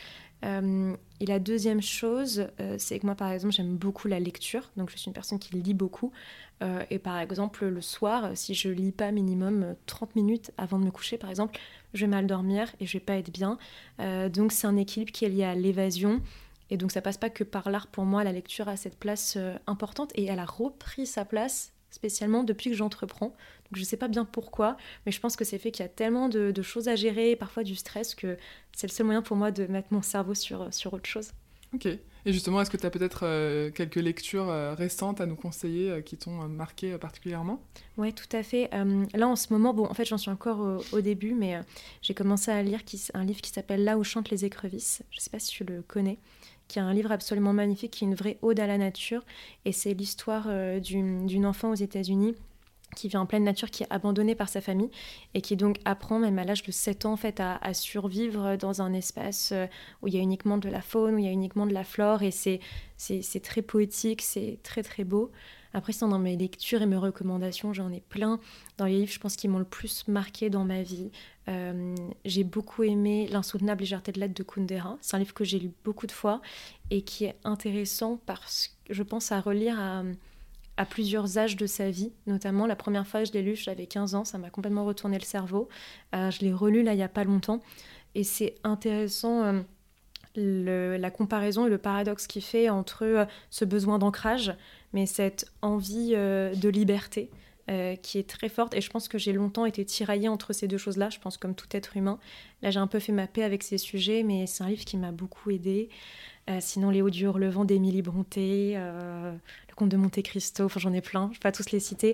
Et la deuxième chose, c'est que moi, par exemple, j'aime beaucoup la lecture. Donc, je suis une personne qui lit beaucoup. Et par exemple, le soir, si je lis pas minimum 30 minutes avant de me coucher, par exemple, je vais mal dormir et je vais pas être bien. Donc, c'est un équilibre qui est lié à l'évasion. Et donc, ça passe pas que par l'art. Pour moi, la lecture a cette place importante. Et elle a repris sa place spécialement depuis que j'entreprends. Donc je ne sais pas bien pourquoi, mais je pense que c'est fait qu'il y a tellement de choses à gérer, parfois du stress, que c'est le seul moyen pour moi de mettre mon cerveau sur autre chose. Ok. Et justement, est-ce que tu as peut-être quelques lectures récentes à nous conseiller qui t'ont marqué particulièrement ? Oui, tout à fait. Là, en ce moment, en fait, j'en suis encore au début, mais j'ai commencé à lire un livre qui s'appelle « Là où chantent les écrevisses ». Je ne sais pas si tu le connais, qui est un livre absolument magnifique, qui est une vraie ode à la nature. Et c'est l'histoire d'une enfant aux États-Unis qui vit en pleine nature, qui est abandonnée par sa famille et qui donc apprend, même à l'âge de 7 ans, en fait, à survivre dans un espace où il y a uniquement de la faune, où il y a uniquement de la flore. Et c'est très poétique, c'est très très beau. Après, sinon, dans mes lectures et mes recommandations, j'en ai plein. Dans les livres, je pense, qui m'ont le plus marqué dans ma vie, j'ai beaucoup aimé L'insoutenable légèreté de l'être de Kundera. C'est un livre que j'ai lu beaucoup de fois et qui est intéressant parce que je pense à relire à plusieurs âges de sa vie. Notamment, la première fois que je l'ai lu, j'avais 15 ans, ça m'a complètement retourné le cerveau. Je l'ai relu là, il n'y a pas longtemps. Et c'est intéressant la comparaison et le paradoxe qu'il fait entre ce besoin d'ancrage, mais cette envie de liberté qui est très forte. Et je pense que j'ai longtemps été tiraillée entre ces deux choses-là, je pense comme tout être humain. Là, j'ai un peu fait ma paix avec ces sujets, mais c'est un livre qui m'a beaucoup aidée. Sinon, Les Hauts du Hurlevent d'Émilie Brontë, Le Comte de Monte Cristo, enfin j'en ai plein, je ne vais pas tous les citer.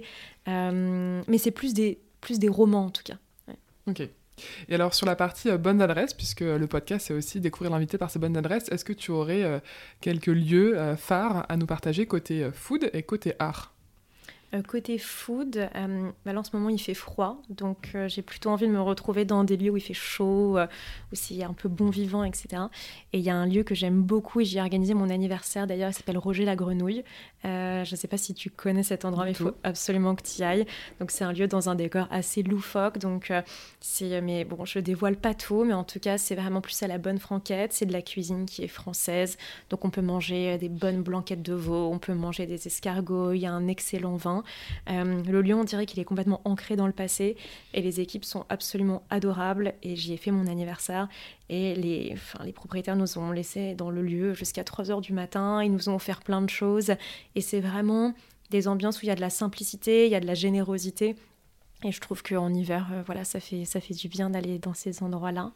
Mais c'est plus des romans en tout cas. Ouais. Ok. Et alors sur la partie bonnes adresses, puisque le podcast c'est aussi découvrir l'invité par ses bonnes adresses, est-ce que tu aurais quelques lieux phares à nous partager côté food et côté art ? Côté food, là en ce moment il fait froid, donc j'ai plutôt envie de me retrouver dans des lieux où il fait chaud, où c'est un peu bon vivant, etc. Et il y a un lieu que j'aime beaucoup et j'y ai organisé mon anniversaire d'ailleurs, il s'appelle Roger la Grenouille. Je ne sais pas si tu connais cet endroit, mais il faut absolument que tu y ailles. Donc c'est un lieu dans un décor assez loufoque, donc mais bon, je dévoile pas tout, mais en tout cas c'est vraiment plus à la bonne franquette, c'est de la cuisine qui est française, donc on peut manger des bonnes blanquettes de veau, on peut manger des escargots, il y a un excellent vin. Le lieu, on dirait qu'il est complètement ancré dans le passé et les équipes sont absolument adorables et j'y ai fait mon anniversaire et les propriétaires nous ont laissé dans le lieu jusqu'à 3h du matin, ils nous ont offert plein de choses et c'est vraiment des ambiances où il y a de la simplicité, il y a de la générosité et je trouve qu'en hiver, ça fait du bien d'aller dans ces endroits-là.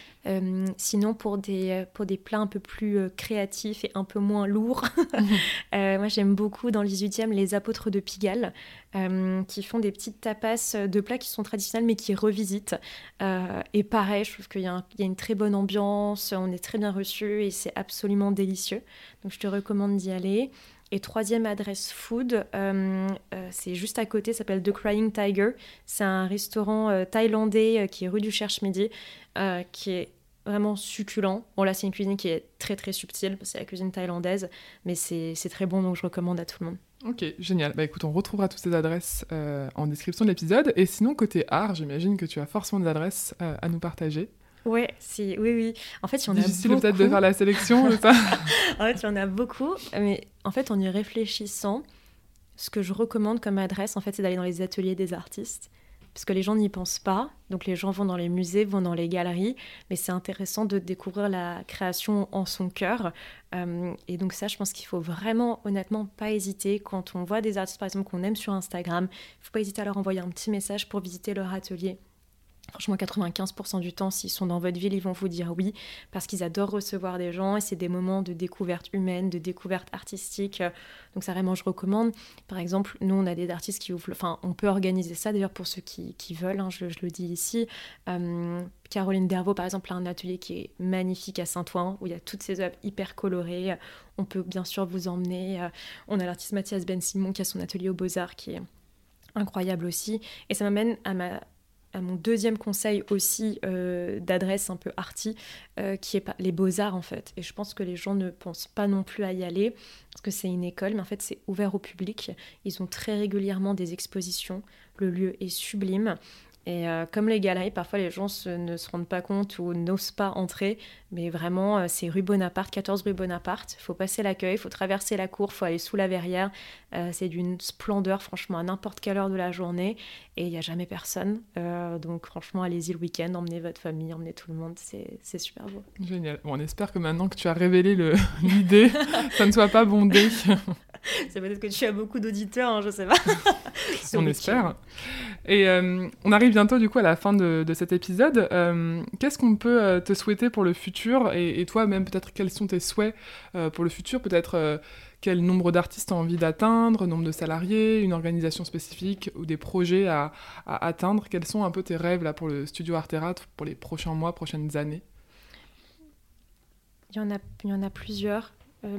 Sinon, pour des plats un peu plus créatifs et un peu moins lourds, moi j'aime beaucoup dans le 18e les apôtres de Pigalle qui font des petites tapas de plats qui sont traditionnels mais qui revisitent. Et pareil, je trouve qu'il y a une très bonne ambiance, on est très bien reçus et c'est absolument délicieux. Donc je te recommande d'y aller. Et troisième adresse food, c'est juste à côté, ça s'appelle The Crying Tiger. C'est un restaurant thaïlandais qui est rue du Cherche-Midi, qui est vraiment succulent. Bon là, c'est une cuisine qui est très très subtile, c'est la cuisine thaïlandaise, mais c'est très bon, donc je recommande à tout le monde. Ok, génial. Bah écoute, on retrouvera toutes ces adresses en description de l'épisode. Et sinon, côté art, j'imagine que tu as forcément des adresses à nous partager. Ouais, oui. En fait, il y en a beaucoup. Difficile peut-être de faire la sélection, c'est ça ? En fait, il y en a beaucoup, mais en fait, en y réfléchissant, ce que je recommande comme adresse, en fait, c'est d'aller dans les ateliers des artistes. Parce que les gens n'y pensent pas, donc les gens vont dans les musées, vont dans les galeries, mais c'est intéressant de découvrir la création en son cœur. Et donc ça, je pense qu'il faut vraiment, honnêtement, pas hésiter. Quand on voit des artistes, par exemple, qu'on aime sur Instagram, il ne faut pas hésiter à leur envoyer un petit message pour visiter leur atelier. Franchement, 95% du temps, s'ils sont dans votre ville, ils vont vous dire oui, parce qu'ils adorent recevoir des gens et c'est des moments de découverte humaine, de découverte artistique. Donc ça, vraiment, je recommande. Par exemple, nous, on a des artistes qui ouvrent... Enfin, on peut organiser ça, d'ailleurs, pour ceux qui veulent, hein, je le dis ici. Caroline Dervaux, par exemple, a un atelier qui est magnifique à Saint-Ouen, où il y a toutes ces œuvres hyper colorées. On peut bien sûr vous emmener. On a l'artiste Mathias Ben Simon qui a son atelier aux Beaux-Arts, qui est incroyable aussi. Et ça m'amène à mon deuxième conseil aussi d'adresse un peu arty, qui est les Beaux-Arts en fait. Et je pense que les gens ne pensent pas non plus à y aller, parce que c'est une école, mais en fait c'est ouvert au public. Ils ont très régulièrement des expositions, le lieu est sublime. Et comme les galeries, parfois les gens ne se rendent pas compte ou n'osent pas entrer, mais vraiment c'est rue Bonaparte, 14 rue Bonaparte. Il faut passer l'accueil, il faut traverser la cour, il faut aller sous la verrière. C'est d'une splendeur, franchement, à n'importe quelle heure de la journée. Et il n'y a jamais personne. Donc franchement, allez-y le week-end, emmenez votre famille, emmenez tout le monde, c'est super beau. Génial. Bon, on espère que maintenant que tu as révélé l'idée, ça ne soit pas bondé. C'est peut-être que tu as beaucoup d'auditeurs, hein, je sais pas. On espère. Et on arrive bientôt du coup à la fin de cet épisode. Qu'est-ce qu'on peut te souhaiter pour le futur et toi même peut-être quels sont tes souhaits pour le futur, peut-être quel nombre d'artistes tu as envie d'atteindre, nombre de salariés, une organisation spécifique ou des projets à atteindre. Quels sont un peu tes rêves là, pour le studio Artera pour les prochains mois, prochaines années? Il y en a plusieurs.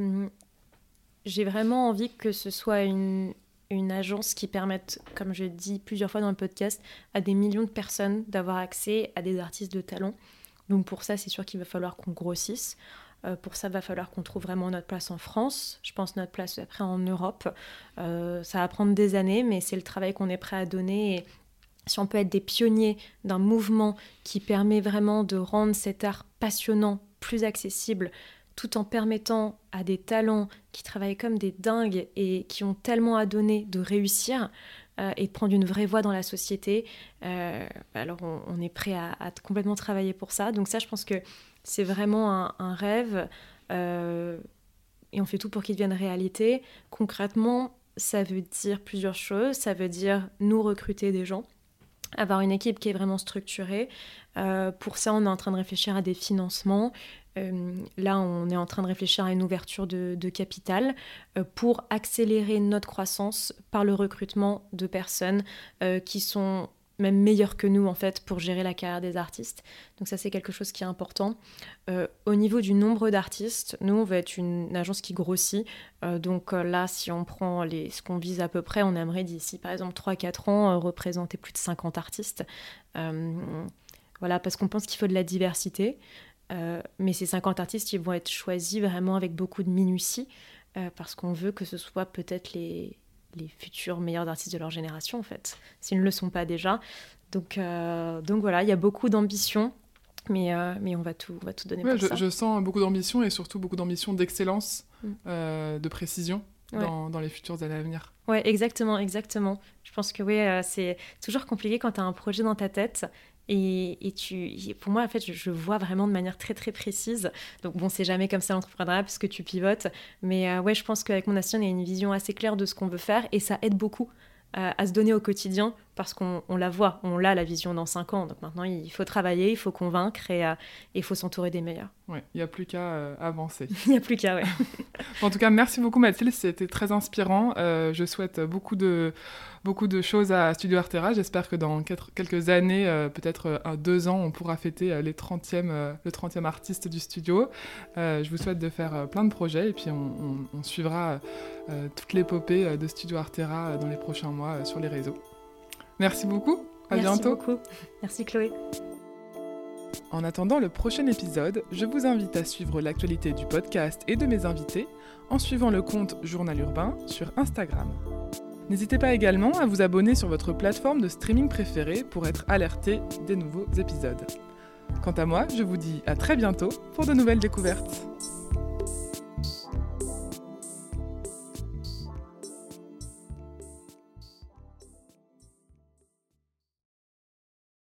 J'ai vraiment envie que ce soit une agence qui permette, comme je dis plusieurs fois dans le podcast, à des millions de personnes d'avoir accès à des artistes de talent. Donc pour ça, c'est sûr qu'il va falloir qu'on grossisse. Pour ça, il va falloir qu'on trouve vraiment notre place en France. Je pense notre place après en Europe. Ça va prendre des années, mais c'est le travail qu'on est prêt à donner. Et si on peut être des pionniers d'un mouvement qui permet vraiment de rendre cet art passionnant, plus accessible, tout en permettant à des talents qui travaillent comme des dingues et qui ont tellement à donner de réussir et de prendre une vraie voix dans la société. Alors on est prêt à complètement travailler pour ça. Donc ça, je pense que c'est vraiment un rêve et on fait tout pour qu'il devienne réalité. Concrètement, ça veut dire plusieurs choses. Ça veut dire nous recruter des gens, avoir une équipe qui est vraiment structurée. Pour ça, on est en train de réfléchir à des financements. Là, on est en train de réfléchir à une ouverture de capital pour accélérer notre croissance par le recrutement de personnes qui sont même meilleures que nous, en fait, pour gérer la carrière des artistes. Donc ça, c'est quelque chose qui est important. Au niveau du nombre d'artistes, nous, on va être une agence qui grossit. Donc là, si on prend ce qu'on vise à peu près, on aimerait d'ici, par exemple, 3-4 ans, représenter plus de 50 artistes. Voilà, parce qu'on pense qu'il faut de la diversité. Mais ces 50 artistes, ils vont être choisis vraiment avec beaucoup de minutie parce qu'on veut que ce soit peut-être les futurs meilleurs artistes de leur génération, en fait, s'ils ne le sont pas déjà. Donc voilà, il y a beaucoup d'ambition, mais on va tout donner pour ça. Je sens beaucoup d'ambition et surtout beaucoup d'ambition d'excellence, de précision dans les futures années à venir. Ouais, exactement. Je pense que c'est toujours compliqué quand tu as un projet dans ta tête. Et pour moi, en fait, je vois vraiment de manière très, très précise. Donc, bon, c'est jamais comme ça l'entrepreneuriat puisque tu pivotes. Mais je pense qu'avec mon associé, on a une vision assez claire de ce qu'on veut faire et ça aide beaucoup à se donner au quotidien parce qu'on la voit, on l'a la vision dans 5 ans. Donc maintenant, il faut travailler, il faut convaincre et il faut s'entourer des meilleurs. Ouais, il n'y a plus qu'à avancer. Il n'y a plus qu'à, ouais. En tout cas, merci beaucoup Mathilde, c'était très inspirant. Je souhaite beaucoup de choses à Studio Artera. J'espère que dans quelques années, peut-être 2 ans, on pourra fêter le 30e artiste du studio. Je vous souhaite de faire plein de projets et puis on suivra toute l'épopée de Studio Artera dans les prochains mois sur les réseaux. Merci beaucoup, à bientôt. Merci beaucoup. Merci Chloé. En attendant le prochain épisode, je vous invite à suivre l'actualité du podcast et de mes invités en suivant le compte Journal Urbain sur Instagram. N'hésitez pas également à vous abonner sur votre plateforme de streaming préférée pour être alerté des nouveaux épisodes. Quant à moi, je vous dis à très bientôt pour de nouvelles découvertes.